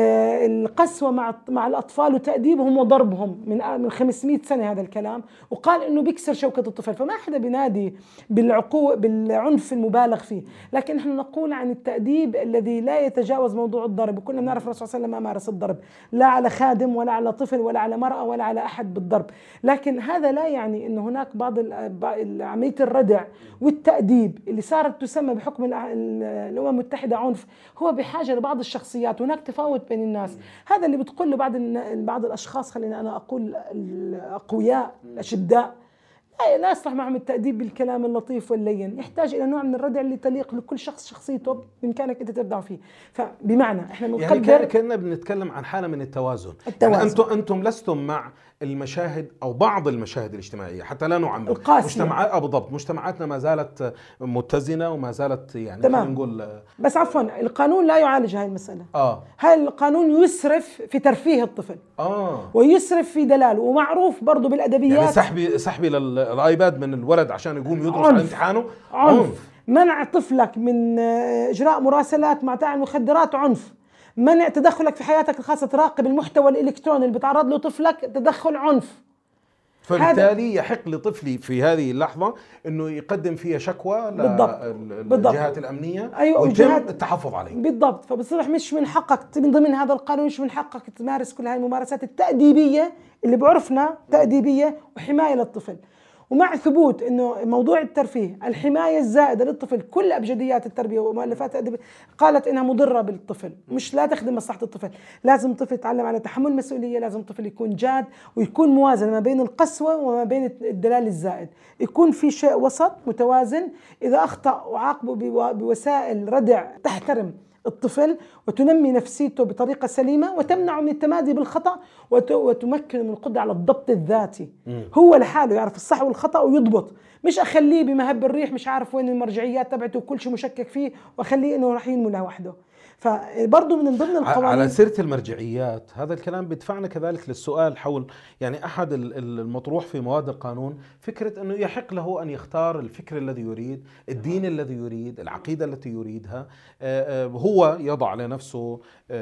[SPEAKER 2] القسوة مع مع الأطفال وتأديبهم وضربهم من من خمسمئة سنة هذا الكلام، وقال إنه بيكسر شوكة الطفل. فما حدا بينادي بالعقوق بالعنف المبالغ فيه، لكن نحن نقول عن التأديب الذي لا يتجاوز موضوع الضرب. وكلنا بنعرف الرسول صلى الله عليه وسلم ما مارس الضرب لا على خادم ولا على طفل ولا على مرأة ولا على أحد بالضرب. لكن هذا لا يعني إنه هناك بعض عملية الردع والتأديب اللي صارت تسمى بحكم الأمم المتحدة عنف هو بحاجة لبعض الشخصيات. هناك تفاوت بين الناس. هذا اللي بتقول له بعض بعض الاشخاص، خلينا انا اقول الاقوياء الاشداء، لا يصلح معهم التأديب بالكلام اللطيف واللين، يحتاج الى نوع من الردع اللي تليق لكل شخص شخصيته بامكانك انت تبدع فيه. فبمعنى احنا بنقدر
[SPEAKER 1] يعني كأننا بنتكلم عن حاله من التوازن, التوازن. يعني انتم انتم لستم مع المشاهد او بعض المشاهد الاجتماعيه، حتى لا نعمم مجتمعات بالضبط، مجتمعاتنا ما زالت متزنه وما زالت يعني خلينا نقول.
[SPEAKER 2] بس عفوا القانون لا يعالج هاي المساله.
[SPEAKER 1] اه
[SPEAKER 2] هاي القانون يسرف في ترفيه الطفل
[SPEAKER 1] اه
[SPEAKER 2] ويسرف في دلاله، ومعروف برضه بالادبيات
[SPEAKER 1] يعني سحبي سحبي للايباد من الولد عشان يقوم يدرس على امتحانه
[SPEAKER 2] عنف. عنف. منع طفلك من اجراء مراسلات مع تاع المخدرات عنف. منع تدخلك في حياتك الخاصة، تراقب المحتوى الإلكتروني اللي بتعرض له طفلك، تدخل عنف.
[SPEAKER 1] فبالتالي يحق لطفلي في هذه اللحظة أنه يقدم فيها شكوى للجهات الأمنية،
[SPEAKER 2] أيوة،
[SPEAKER 1] ويتم التحفظ عليه.
[SPEAKER 2] بالضبط. فبصبح مش من حقك من ضمن هذا القانون، مش من حقك تمارس كل هذه الممارسات التأديبية اللي بعرفنا تأديبية وحماية للطفل. ومع ثبوت انه موضوع الترفيه، الحمايه الزائده للطفل، كل ابجديات التربيه ومؤلفات الادب قالت انها مضره بالطفل، مش لا تخدم مصلحه الطفل. لازم الطفل يتعلم على تحمل مسؤوليه، لازم الطفل يكون جاد ويكون موازن ما بين القسوه وما بين الدلال الزائد، يكون في شيء وسط متوازن. اذا اخطا وعاقبه بوسائل ردع تحترم الطفل وتنمي نفسيته بطريقة سليمة وتمنعه من التمادي بالخطأ وتمكنه من القدرة على الضبط الذاتي. م. هو لحاله يعرف الصح والخطأ ويضبط، مش أخليه بمهب الريح مش عارف وين المرجعيات تبعته وكل شيء مشكك فيه وأخليه إنه راح ينمو لوحده. فبرضه من ضمن القوانين.
[SPEAKER 1] على سيرة المرجعيات، هذا الكلام بدفعنا كذلك للسؤال حول يعني أحد المطروح في مواد القانون، فكرة أنه يحق له أن يختار الفكر الذي يريد، الدين الذي يريد، العقيدة التي يريدها. هو يضع لنفسه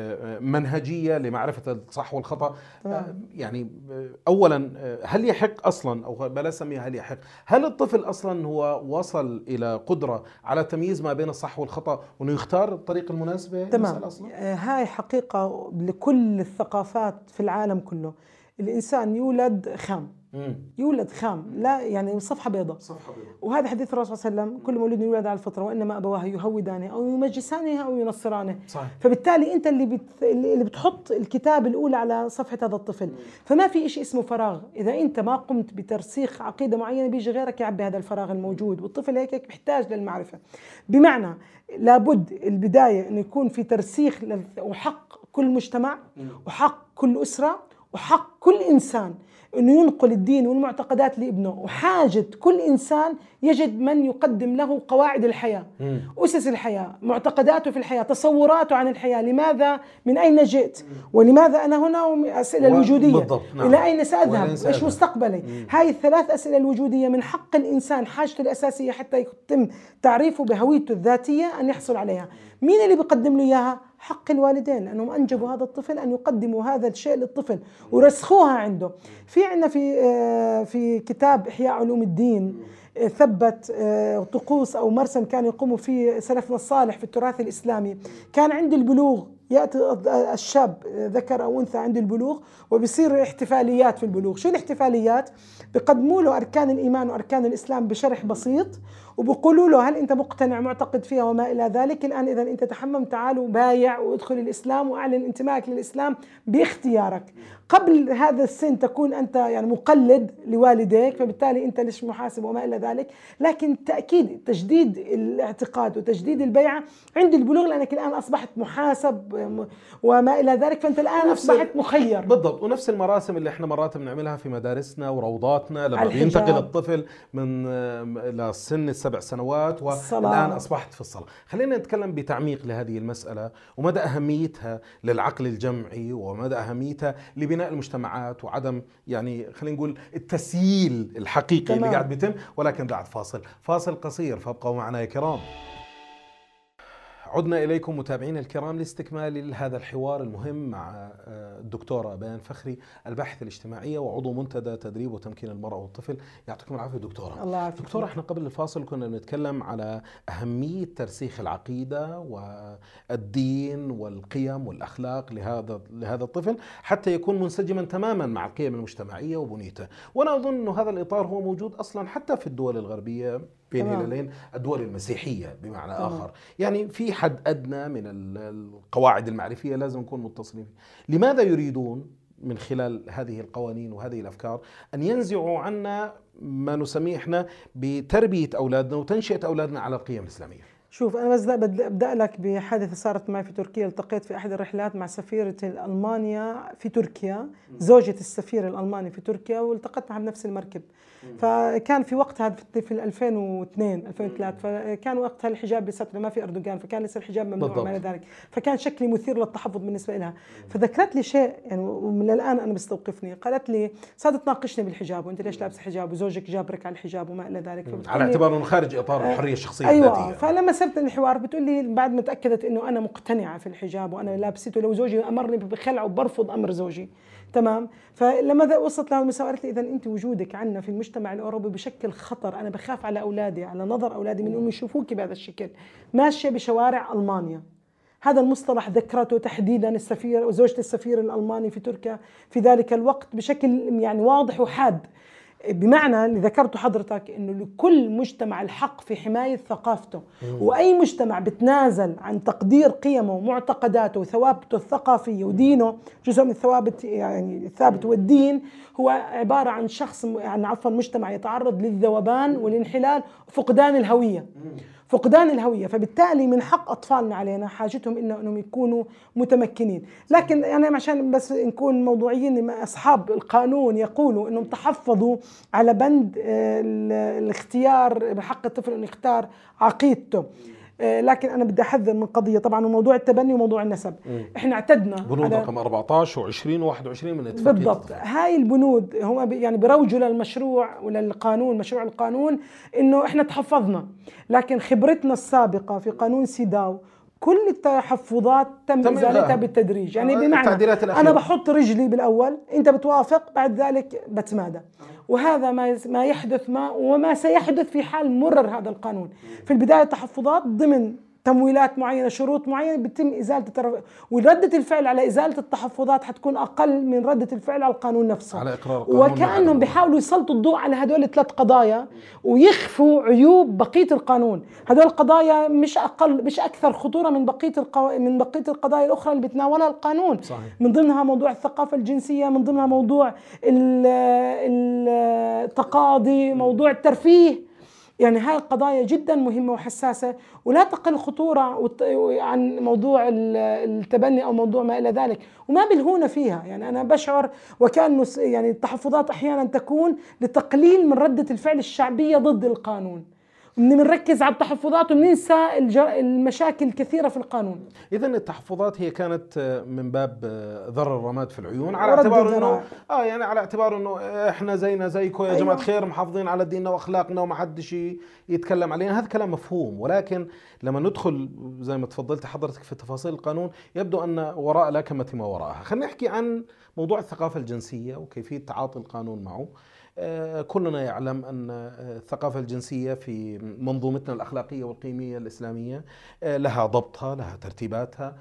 [SPEAKER 1] منهجية لمعرفة الصح والخطأ. يعني أولا، هل يحق أصلا، أو بلا سميها هل يحق، هل الطفل أصلا هو وصل إلى قدرة على التمييز ما بين الصح والخطأ وأنه يختار الطريقة المناسبة؟
[SPEAKER 2] تمام. هاي حقيقة لكل الثقافات في العالم كله. الإنسان يولد خام، مم. يولد خام، لا يعني صفحة بيضاء، صفحة بيضاء. وهذا حديث الرسول صلى الله عليه وسلم: كل مولود يولد على الفطرة وإنما أبواه يهودانه أو يمجسانه أو ينصرانه. صحيح. فبالتالي أنت اللي بت... اللي بتحط الكتاب الأولى على صفحة هذا الطفل. مم. فما في إشي اسمه فراغ. إذا أنت ما قمت بترسيخ عقيدة معينة بيجي غيرك يعبي هذا الفراغ الموجود، والطفل هيك محتاج للمعرفة. بمعنى لابد البداية أن يكون في ترسيخ لل... وحق كل مجتمع، وحق كل أسرة، وحق كل إنسان أنه ينقل الدين والمعتقدات لابنه، وحاجة كل إنسان يجد من يقدم له قواعد الحياة، مم. أسس الحياة، معتقداته في الحياة، تصوراته عن الحياة، لماذا، من أين جئت، ولماذا أنا هنا، وأسئلة الوجودية، نعم. إلى أين سأذهب، إيش مستقبلي. مم. هاي الثلاث أسئلة الوجودية من حق الإنسان، حاجته الأساسية حتى يتم تعريفه بهويته الذاتية أن يحصل عليها. مين اللي بيقدم له إياها؟ حق الوالدين، لأنهم أنجبوا هذا الطفل أن يقدموا هذا الشيء للطفل ورسخوها عنده. في عندنا في في كتاب إحياء علوم الدين ثبت طقوس أو مرسم كانوا يقوموا فيه سلفنا الصالح في التراث الإسلامي. كان عند البلوغ يأتي الشاب ذكر أو أنثى عند البلوغ وبيصير احتفاليات في البلوغ. شو الاحتفاليات؟ بيقدموا له أركان الإيمان وأركان الإسلام بشرح بسيط، وبقولوا له هل أنت مقتنع معتقد فيها وما إلى ذلك. الآن إذا أنت تحمم تعال وبايع وادخل الإسلام وأعلن انتمائك للإسلام باختيارك. قبل هذا السن تكون أنت يعني مقلد لوالديك، فبالتالي أنت ليش محاسب وما إلى ذلك. لكن تأكيد تجديد الاعتقاد وتجديد البيعة عند البلوغ، لأنك الآن أصبحت محاسب وما إلى ذلك، فأنت الآن أصبحت مخير.
[SPEAKER 1] بالضبط. ونفس المراسم اللي احنا مرات بنعملها في مدارسنا وروضاتنا لما بينتقل الطفل من لسن السبع سنوات والآن الصلاة. أصبحت في الصلاة. خلينا نتكلم بتعميق لهذه المسألة ومدى أهميتها للعقل الجمعي ومدى أهميتها لبناء المجتمعات وعدم يعني خلينا نقول التسييل الحقيقي تمام. اللي قاعد بيتم. ولكن بعد فاصل فاصل قصير، فابقوا معنا يا كرام. عدنا إليكم متابعينا الكرام لاستكمال هذا الحوار المهم مع الدكتورة أبان فخري، الباحثة الاجتماعية وعضو منتدى تدريب وتمكين المرأة والطفل. يعطيكم العافية دكتورة.
[SPEAKER 2] الله يعافيك.
[SPEAKER 1] دكتورة، احنا قبل الفاصل كنا بنتكلم على أهمية ترسيخ العقيدة والدين والقيم والأخلاق لهذا لهذا الطفل حتى يكون منسجما تماما مع القيم المجتمعية وبنيته. وأنا أظن أن هذا الإطار هو موجود أصلا حتى في الدول الغربية بين هلالين، الدول المسيحية بمعنى تمام. آخر. يعني في حد أدنى من القواعد المعرفية لازم نكون متصلين فيه. لماذا يريدون من خلال هذه القوانين وهذه الأفكار أن ينزعوا عنا ما نسميه إحنا بتربية أولادنا وتنشئة أولادنا على القيم الإسلامية؟
[SPEAKER 2] شوف، أنا بس أبدأ لك بحادثة صارت معي في تركيا. التقيت في أحد الرحلات مع سفيرة ألمانيا في تركيا، زوجة السفير الألماني في تركيا، والتقيت معها بنفس المركب. فكان في وقتها في ألفين واثنين ألفين وثلاثة، فكان وقتها الحجاب بستر، ما في أردوغان، فكان لسه الحجاب ممنوع وما إلى ذلك. فكان شكلي مثير للتحفظ بالنسبة لها. فذكرت لي شيء يعني ومن الآن أنا بستوقفني. قالت لي صارت تناقشني بالحجاب، وأنت ليش لابس حجاب وزوجك جابرك على الحجاب وما إلى ذلك،
[SPEAKER 1] على اعتبار أنه خارج إطار الحرية الشخصية
[SPEAKER 2] أيوة
[SPEAKER 1] الذاتية.
[SPEAKER 2] فلما سبت الحوار بتقول لي بعد ما تأكدت إنه أنا مقتنعة في الحجاب وأنا لابسته، لو زوجي أمرني بخلع وبرفض أمر زوجي. تمام. فلما وصلت لها المساواة قالت لي إذا أنت وجودك عندنا في المجتمع الأوروبي بشكل خطر، أنا بخاف على أولادي، على نظر أولادي من أنهم يشوفوك بهذا الشكل ماشية بشوارع ألمانيا. هذا المصطلح ذكرته تحديدا السفير وزوجة السفير الألماني في تركيا في ذلك الوقت بشكل يعني واضح وحاد، بمعنى اللي ذكرته حضرتك انه لكل مجتمع الحق في حماية ثقافته، واي مجتمع بتنازل عن تقدير قيمه ومعتقداته وثوابته الثقافية ودينه، جزء من الثوابت يعني الثابت والدين، هو عبارة عن شخص يعني عفوا مجتمع يتعرض للذوبان والانحلال وفقدان الهوية. فقدان الهوية، فبالتالي من حق أطفالنا علينا حاجتهم إنه إنهم يكونوا متمكنين. لكن أنا عشان بس نكون موضوعيين، أصحاب القانون يقولوا إنهم تحفظوا على بند الاختيار بحق الطفل إنه يختار عقيدته، لكن أنا بدي أحذر من قضية طبعا وموضوع التبني وموضوع النسب.
[SPEAKER 1] مم.
[SPEAKER 2] إحنا اعتدنا
[SPEAKER 1] بنود رقم أربعة عشر وعشرين وواحد وعشرين من اتفاقية
[SPEAKER 2] بالضبط. هاي البنود هم يعني بروجوا للمشروع وللقانون، مشروع القانون، إنه إحنا تحفظنا، لكن خبرتنا السابقة في قانون سيداو كل التحفظات تم إزالتها بالتدريج. يعني بمعنى أنا بحط رجلي بالأول، أنت بتوافق، بعد ذلك بتمادى، وهذا ما ما يحدث ما وما سيحدث في حال مرر هذا القانون. في البداية تحفظات ضمن تمويلات معينة، شروط معينة، بتم إزالة الترف... وردة الفعل على إزالة التحفظات حتكون أقل من ردة الفعل على القانون نفسه،
[SPEAKER 1] على إقرار القانون.
[SPEAKER 2] وكأنهم بيحاولوا يسلطوا الضوء على هدول الثلاث قضايا ويخفوا عيوب بقية القانون. هدول القضايا مش أقل مش أكثر خطورة من بقية القو... من بقية القضايا الأخرى اللي بتناولها القانون.
[SPEAKER 1] صحيح.
[SPEAKER 2] من ضمنها موضوع الثقافة الجنسية، من ضمنها موضوع التقاضي، موضوع الترفيه. يعني هاي القضايا جدا مهمة وحساسة، ولا تقل خطورة عن موضوع التبني أو موضوع ما إلى ذلك، وما بلهونا فيها. يعني أنا بشعر وكأنه يعني التحفظات أحيانا تكون لتقليل من ردة الفعل الشعبية ضد القانون، بنركز على التحفظات وبننسى المشاكل الكثيرة في القانون.
[SPEAKER 1] إذا التحفظات هي كانت من باب ذر الرماد في العيون، على اعتبار انه اه يعني على اعتبار انه احنا زينا زيكم يا أيوة. جماعة خير، محافظين على ديننا واخلاقنا وما حدش يتكلم علينا. هذا كلام مفهوم، ولكن لما ندخل زي ما تفضلت حضرتك في تفاصيل القانون يبدو ان وراء الأكمة ما وراءها. خلينا نحكي عن موضوع الثقافة الجنسية وكيفية تعاطي القانون معه. كلنا يعلم أن الثقافة الجنسية في منظومتنا الأخلاقية والقيمية الإسلامية لها ضبطها، لها ترتيباتها،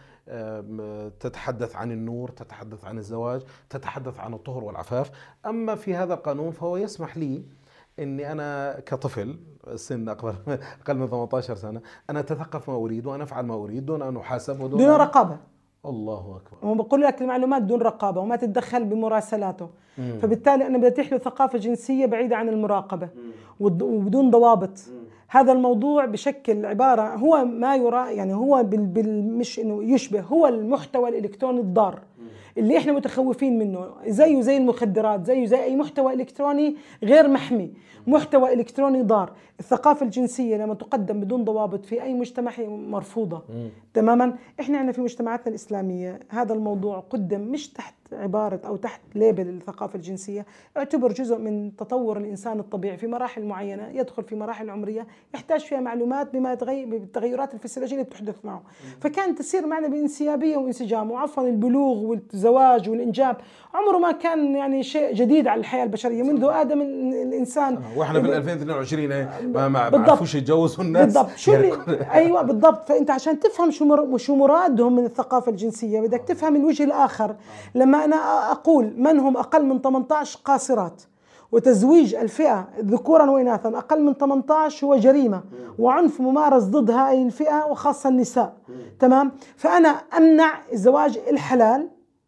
[SPEAKER 1] تتحدث عن النور، تتحدث عن الزواج، تتحدث عن الطهر والعفاف. أما في هذا القانون فهو يسمح لي أني أنا كطفل سن أقل من ثمانية عشر سنة أنا أتثقف ما أريد وأنا أفعل ما أريد دون أن أحاسب ودون
[SPEAKER 2] دون رقابة.
[SPEAKER 1] الله أكبر.
[SPEAKER 2] هم بقول لك المعلومات دون رقابة وما تتدخل بمراسلاته. مم. فبالتالي أنا بدي له ثقافة جنسية بعيدة عن المراقبة وبدون ضوابط. مم. هذا الموضوع بشكل عبارة هو ما يرى، يعني هو بال بال مش إنه يشبه، هو المحتوى الإلكتروني الضار اللي إحنا متخوفين منه، زيه زي المخدرات، زيه زي أي محتوى إلكتروني غير محمي، محتوى إلكتروني ضار. الثقافة الجنسية لما تقدم بدون ضوابط في أي مجتمع هي مرفوضة مم. تماما. إحنا عندنا في مجتمعاتنا الإسلامية هذا الموضوع قدم مش تحت عبارة أو تحت ليبل الثقافة الجنسية، اعتبر جزء من تطور الإنسان الطبيعي في مراحل معينة، يدخل في مراحل عمرية يحتاج فيها معلومات بما يتغير بالتغيرات الفسيولوجية اللي بتحدث معه. فكانت تسير معنا بانسيابية وانسجام، وعفوا البلوغ والزواج والإنجاب عمره ما كان يعني شيء جديد على الحياة البشرية منذ آدم الإنسان.
[SPEAKER 1] واحنا في ألفين واثنين وعشرين ما ما عرفوش يتجوزوا الناس
[SPEAKER 2] بالضبط. شو ايوه بالضبط. فانت عشان تفهم شو مر... شو مرادهم من الثقافة الجنسية بدك تفهم الوجه الآخر. لما أنا أقول من هم أقل من ثمانية عشر قاصرات وتزويج الفئة ذكورا وإناثا أقل من ثمانية عشر هو جريمة وعنف ممارس ضد هذه الفئة وخاصة النساء. تمام. فأنا أمنع الزواج الحلال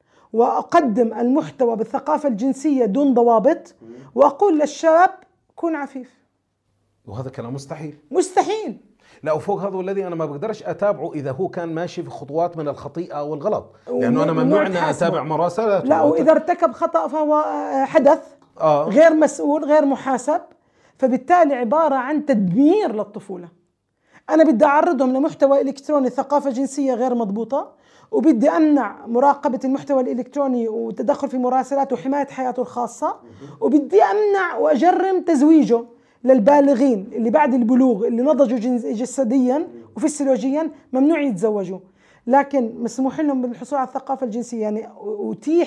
[SPEAKER 2] وأقدم المحتوى بالثقافة الجنسية دون ضوابط، وأقول للشاب كن عفيف.
[SPEAKER 1] وهذا كلام مستحيل
[SPEAKER 2] مستحيل.
[SPEAKER 1] لا، وفوق هذا الذي أنا ما بقدرش أتابعه إذا هو كان ماشي في خطوات من الخطيئة والغلط، لأنه أنا ممنوع أن أتابع مراسلاته.
[SPEAKER 2] لا، وإذا ارتكب خطأ فهو حدث آه. غير مسؤول غير محاسب. فبالتالي عبارة عن تدمير للطفولة. أنا بدي أعرضهم لمحتوى إلكتروني ثقافة جنسية غير مضبوطة، وبدي أمنع مراقبة المحتوى الإلكتروني وتدخل في مراسلاته وحماية حياته الخاصة، وبدي أمنع وأجرم تزويجه للبالغين اللي بعد البلوغ اللي نضجوا جسديا وفسيولوجيا ممنوع يتزوجوا، لكن مسموح لهم بالحصول على الثقافة الجنسية. يعني أتيح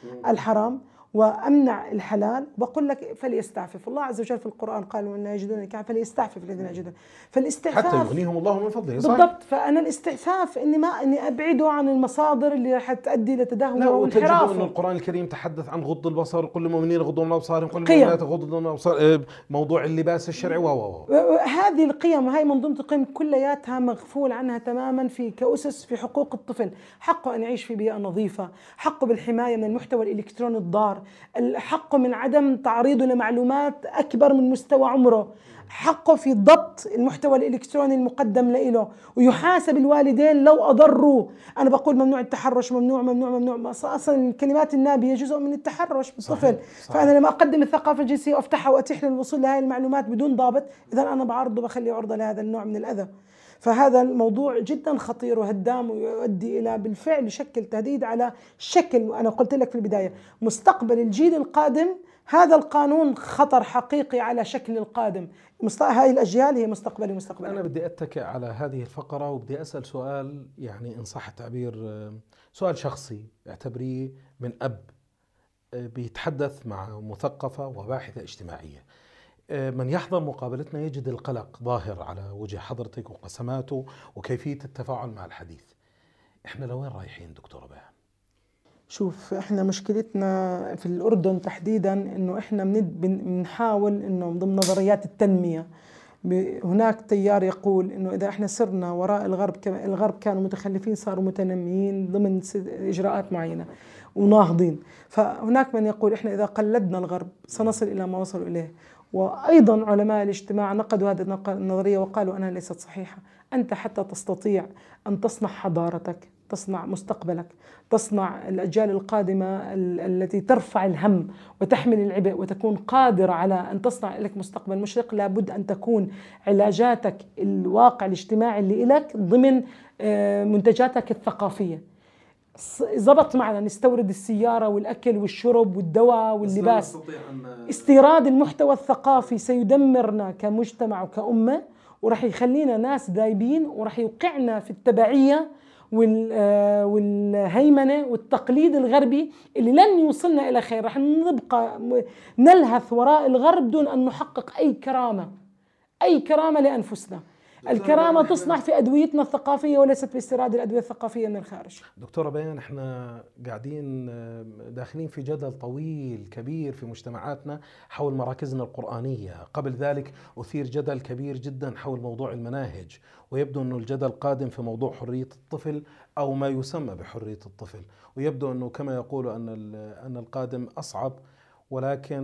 [SPEAKER 2] الحرام وأمنع الحلال. بقول لك فليستعفف، الله عز وجل في القرآن قال وإن يجدون كعب فليستعفف الذين يجدون، فالاستعفاف
[SPEAKER 1] حتى يغنيهم الله من فضله. صح؟
[SPEAKER 2] بالضبط. فأنا الاستعفاف إني ما إني أبعده عن المصادر اللي حتؤدي لتدهور
[SPEAKER 1] لا، وتجد
[SPEAKER 2] وانحراف.
[SPEAKER 1] أن القرآن الكريم تحدث عن غض البصر، قل للمؤمنين يغضوا من أبصارهم، قل
[SPEAKER 2] قيم.
[SPEAKER 1] للمؤمنات يغضضن من أبصارهن، موضوع اللباس الشرعي و و
[SPEAKER 2] هذه القيم وهي منظومة القيم كلياتها مغفول عنها تماما في كأسس في حقوق الطفل. حقه أن يعيش في بيئة نظيفة، حقه بالحماية من المحتوى الإلكتروني الضار، حقه من عدم تعريضه لمعلومات أكبر من مستوى عمره، حقه في ضبط المحتوى الإلكتروني المقدم له، ويحاسب الوالدين لو أضروا. أنا بقول ممنوع التحرش، ممنوع ممنوع ممنوع، أصلا الكلمات النابية جزء من التحرش بالطفل. فأنا لما أقدم الثقافة الجنسية وأفتحها وأتيح له الوصول لهذه المعلومات بدون ضابط، إذا أنا بعرضه بخليه عرضة لهذا النوع من الأذى. فهذا الموضوع جدا خطير وهدام، ويؤدي إلى بالفعل يشكل تهديد على شكل، أنا قلت لك في البداية، مستقبل الجيل القادم. هذا القانون خطر حقيقي على شكل القادم. هاي الأجيال هي مستقبلي ومستقبل.
[SPEAKER 1] أنا بدي أتكئ على هذه الفقرة وبدي أسأل سؤال، يعني إن صح التعبير سؤال شخصي، اعتبريه من أب بيتحدث مع مثقفة وباحثة اجتماعية. من يحضر مقابلتنا يجد القلق ظاهر على وجه حضرتك وقسماته وكيفية التفاعل مع الحديث. إحنا لوين رايحين دكتورة بيان؟
[SPEAKER 2] شوف، احنا مشكلتنا في الأردن تحديدا انه احنا بنحاول انه ضمن نظريات التنمية، هناك تيار يقول انه اذا احنا سرنا وراء الغرب، الغرب كانوا متخلفين صاروا متنميين ضمن اجراءات معينة وناهضين. فهناك من يقول احنا اذا قلدنا الغرب سنصل الى ما وصلوا اليه. وايضا علماء الاجتماع نقدوا هذه النظرية وقالوا انها ليست صحيحة. انت حتى تستطيع ان تصنع حضارتك، تصنع مستقبلك، تصنع الأجيال القادمة التي ترفع الهم وتحمل العبء وتكون قادرة على أن تصنع لك مستقبل مشرق، لابد أن تكون علاجاتك الواقع الاجتماعي اللي لك ضمن منتجاتك الثقافية. زبط معنا نستورد السيارة والأكل والشرب والدواء واللباس، استيراد المحتوى الثقافي سيدمرنا كمجتمع وكأمة، ورح يخلينا ناس دايبين، ورح يوقعنا في التبعية والهيمنة والتقليد الغربي اللي لن يوصلنا إلى خير. رح نبقى نلهث وراء الغرب دون أن نحقق أي كرامة، أي كرامة لأنفسنا. الكرامة تصنع في أدويتنا الثقافية وليست باستيراد الأدوية الثقافية من الخارج.
[SPEAKER 1] دكتورة بيان، احنا قاعدين داخلين في جدل طويل كبير في مجتمعاتنا حول مراكزنا القرآنية. قبل ذلك أثير جدل كبير جدا حول موضوع المناهج، ويبدو أنه الجدل قادم في موضوع حرية الطفل أو ما يسمى بحرية الطفل، ويبدو أنه كما يقول أن أن القادم أصعب. ولكن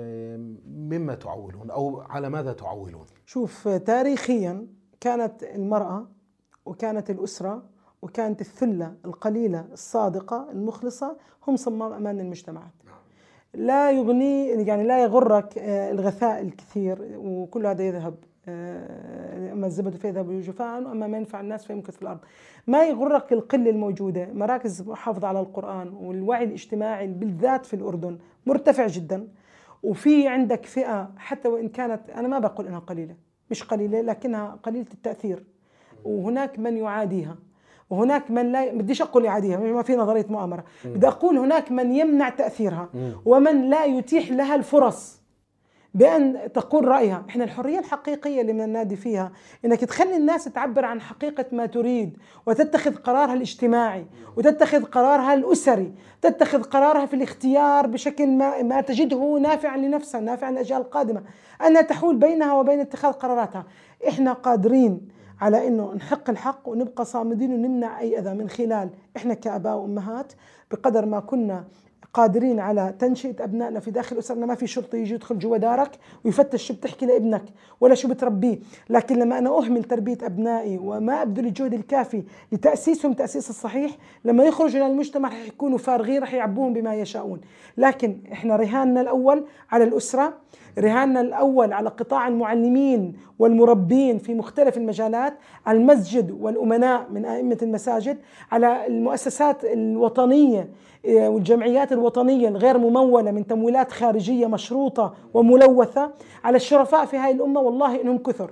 [SPEAKER 1] مما تعولون أو على ماذا تعولون؟
[SPEAKER 2] شوف، تاريخيا كانت المرأة وكانت الأسرة وكانت الثلة القليلة الصادقة المخلصة هم صمام أمان المجتمعات. لا يغني يعني لا يغرك الغثاء الكثير وكل هذا يذهب، أما الزبد فيذهب جفاء وأما ما ينفع الناس فيمكث في الأرض. ما يغرك القلة الموجودة. مراكز محافظة على القرآن والوعي الاجتماعي بالذات في الأردن مرتفع جدا، وفي عندك فئة حتى وإن كانت، أنا ما بقول إنها قليلة، مش قليلة لكنها قليلة التأثير، وهناك من يعاديها وهناك من لا، بديش أقول يعاديها، ما في نظرية مؤامرة، بدي أقول هناك من يمنع تأثيرها ومن لا يتيح لها الفرص بأن تقول رأيها. إحنا الحرية الحقيقية اللي من النادي فيها إنك تخلي الناس تعبر عن حقيقة ما تريد وتتخذ قرارها الاجتماعي وتتخذ قرارها الأسري، تتخذ قرارها في الاختيار بشكل ما, ما تجده نافعا لنفسها، نافعا للأجيال القادمة، أنها تحول بينها وبين اتخاذ قراراتها. إحنا قادرين على إنه نحق الحق ونبقى صامدين ونمنع أي أذى من خلال إحنا كآباء وأمهات بقدر ما كنا قادرين على تنشئة أبنائنا في داخل أسرنا. ما في شرطي يجي يدخل جوا دارك ويفتش شو بتحكي لابنك ولا شو بتربيه، لكن لما أنا أهمل تربية أبنائي وما أبذل الجهد الكافي لتأسيسهم تأسيس الصحيح، لما يخرجوا إلى المجتمع رح يكونوا فارغين، رح يعبوهم بما يشاءون. لكن إحنا رهاننا الأول على الأسرة، رهاننا الأول على قطاع المعلمين والمربين في مختلف المجالات، على المسجد والأمناء من أئمة المساجد، على المؤسسات الوطنية والجمعيات الوطنية الغير ممولة من تمويلات خارجية مشروطة وملوثة، على الشرفاء في هاي الأمة، والله إنهم كثر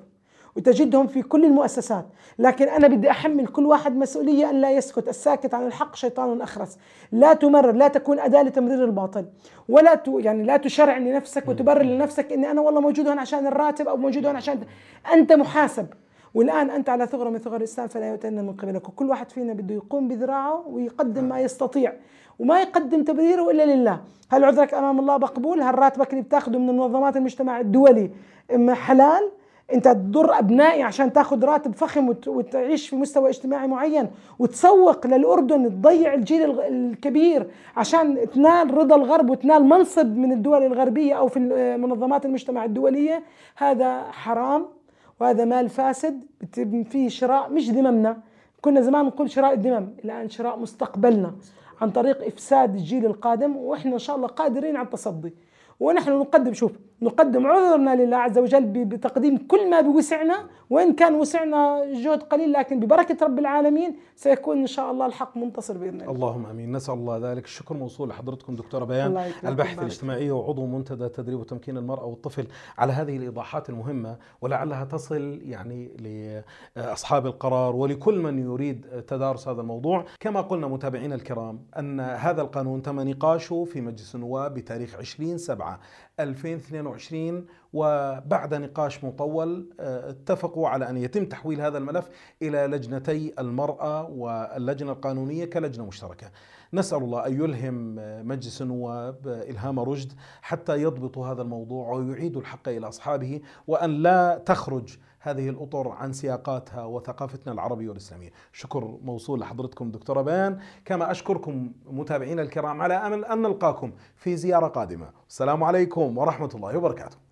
[SPEAKER 2] وتجدهم في كل المؤسسات، لكن أنا بدي أحمل كل واحد مسؤولية أن لا يسكت. الساكت عن الحق شيطان أخرس. لا تمرر، لا تكون أداة لتمرير الباطل، ولا ت... يعني لا تشرع لنفسك وتبرر لنفسك إني أنا والله موجود هون عشان الراتب أو موجود هون عشان أنت محاسب. والآن أنت على ثغرة من ثغر الإسلام فلا يؤتن من قبلك، وكل واحد فينا بده يقوم بذراعه ويقدم ما يستطيع، وما يقدم تبريره إلا لله. هل عذرك أمام الله مقبول؟ هل راتبك اللي بتاخده من منظمات المجتمع الدولي حلال؟ أنت تضر أبنائي عشان تاخذ راتب فخم وتعيش في مستوى اجتماعي معين وتسوق للأردن، تضيع الجيل الكبير عشان تنال رضا الغرب وتنال منصب من الدول الغربية أو في منظمات المجتمع الدولية. هذا حرام وهذا مال فاسد فيه شراء مش ذممنا. كنا زمان نقول شراء الذمم، الآن شراء مستقبلنا عن طريق إفساد الجيل القادم، وإحنا إن شاء الله قادرين على التصدي. ونحن نقدم شوف نقدم عذرنا لله عز وجل بتقديم كل ما بوسعنا، وإن كان وسعنا جهد قليل لكن ببركة رب العالمين سيكون إن شاء الله الحق منتصر بإذن الله.
[SPEAKER 1] اللهم آمين. نسأل الله ذلك. الشكر موصول لحضرتكم دكتورة بيان، الباحث الاجتماعي وعضو منتدى تدريب وتمكين المرأة والطفل، على هذه الإيضاحات المهمة، ولعلها تصل يعني لأصحاب القرار ولكل من يريد تدارس هذا الموضوع. كما قلنا متابعينا الكرام أن هذا القانون تم نقاشه في مجلس النواب بتاريخ عشرين سبعة ألفين واثنين وعشرين، وبعد نقاش مطول اتفقوا على أن يتم تحويل هذا الملف إلى لجنتي المرأة واللجنة القانونية كلجنة مشتركة. نسأل الله أن يلهم مجلس النواب إلهام رشد حتى يضبطوا هذا الموضوع ويعيدوا الحق إلى أصحابه، وأن لا تخرج هذه الأطر عن سياقاتها وثقافتنا العربية والإسلامية. شكر موصول لحضرتكم دكتورة بيان، كما أشكركم متابعينا الكرام على أمل أن نلقاكم في زيارة قادمة. السلام عليكم ورحمة الله وبركاته.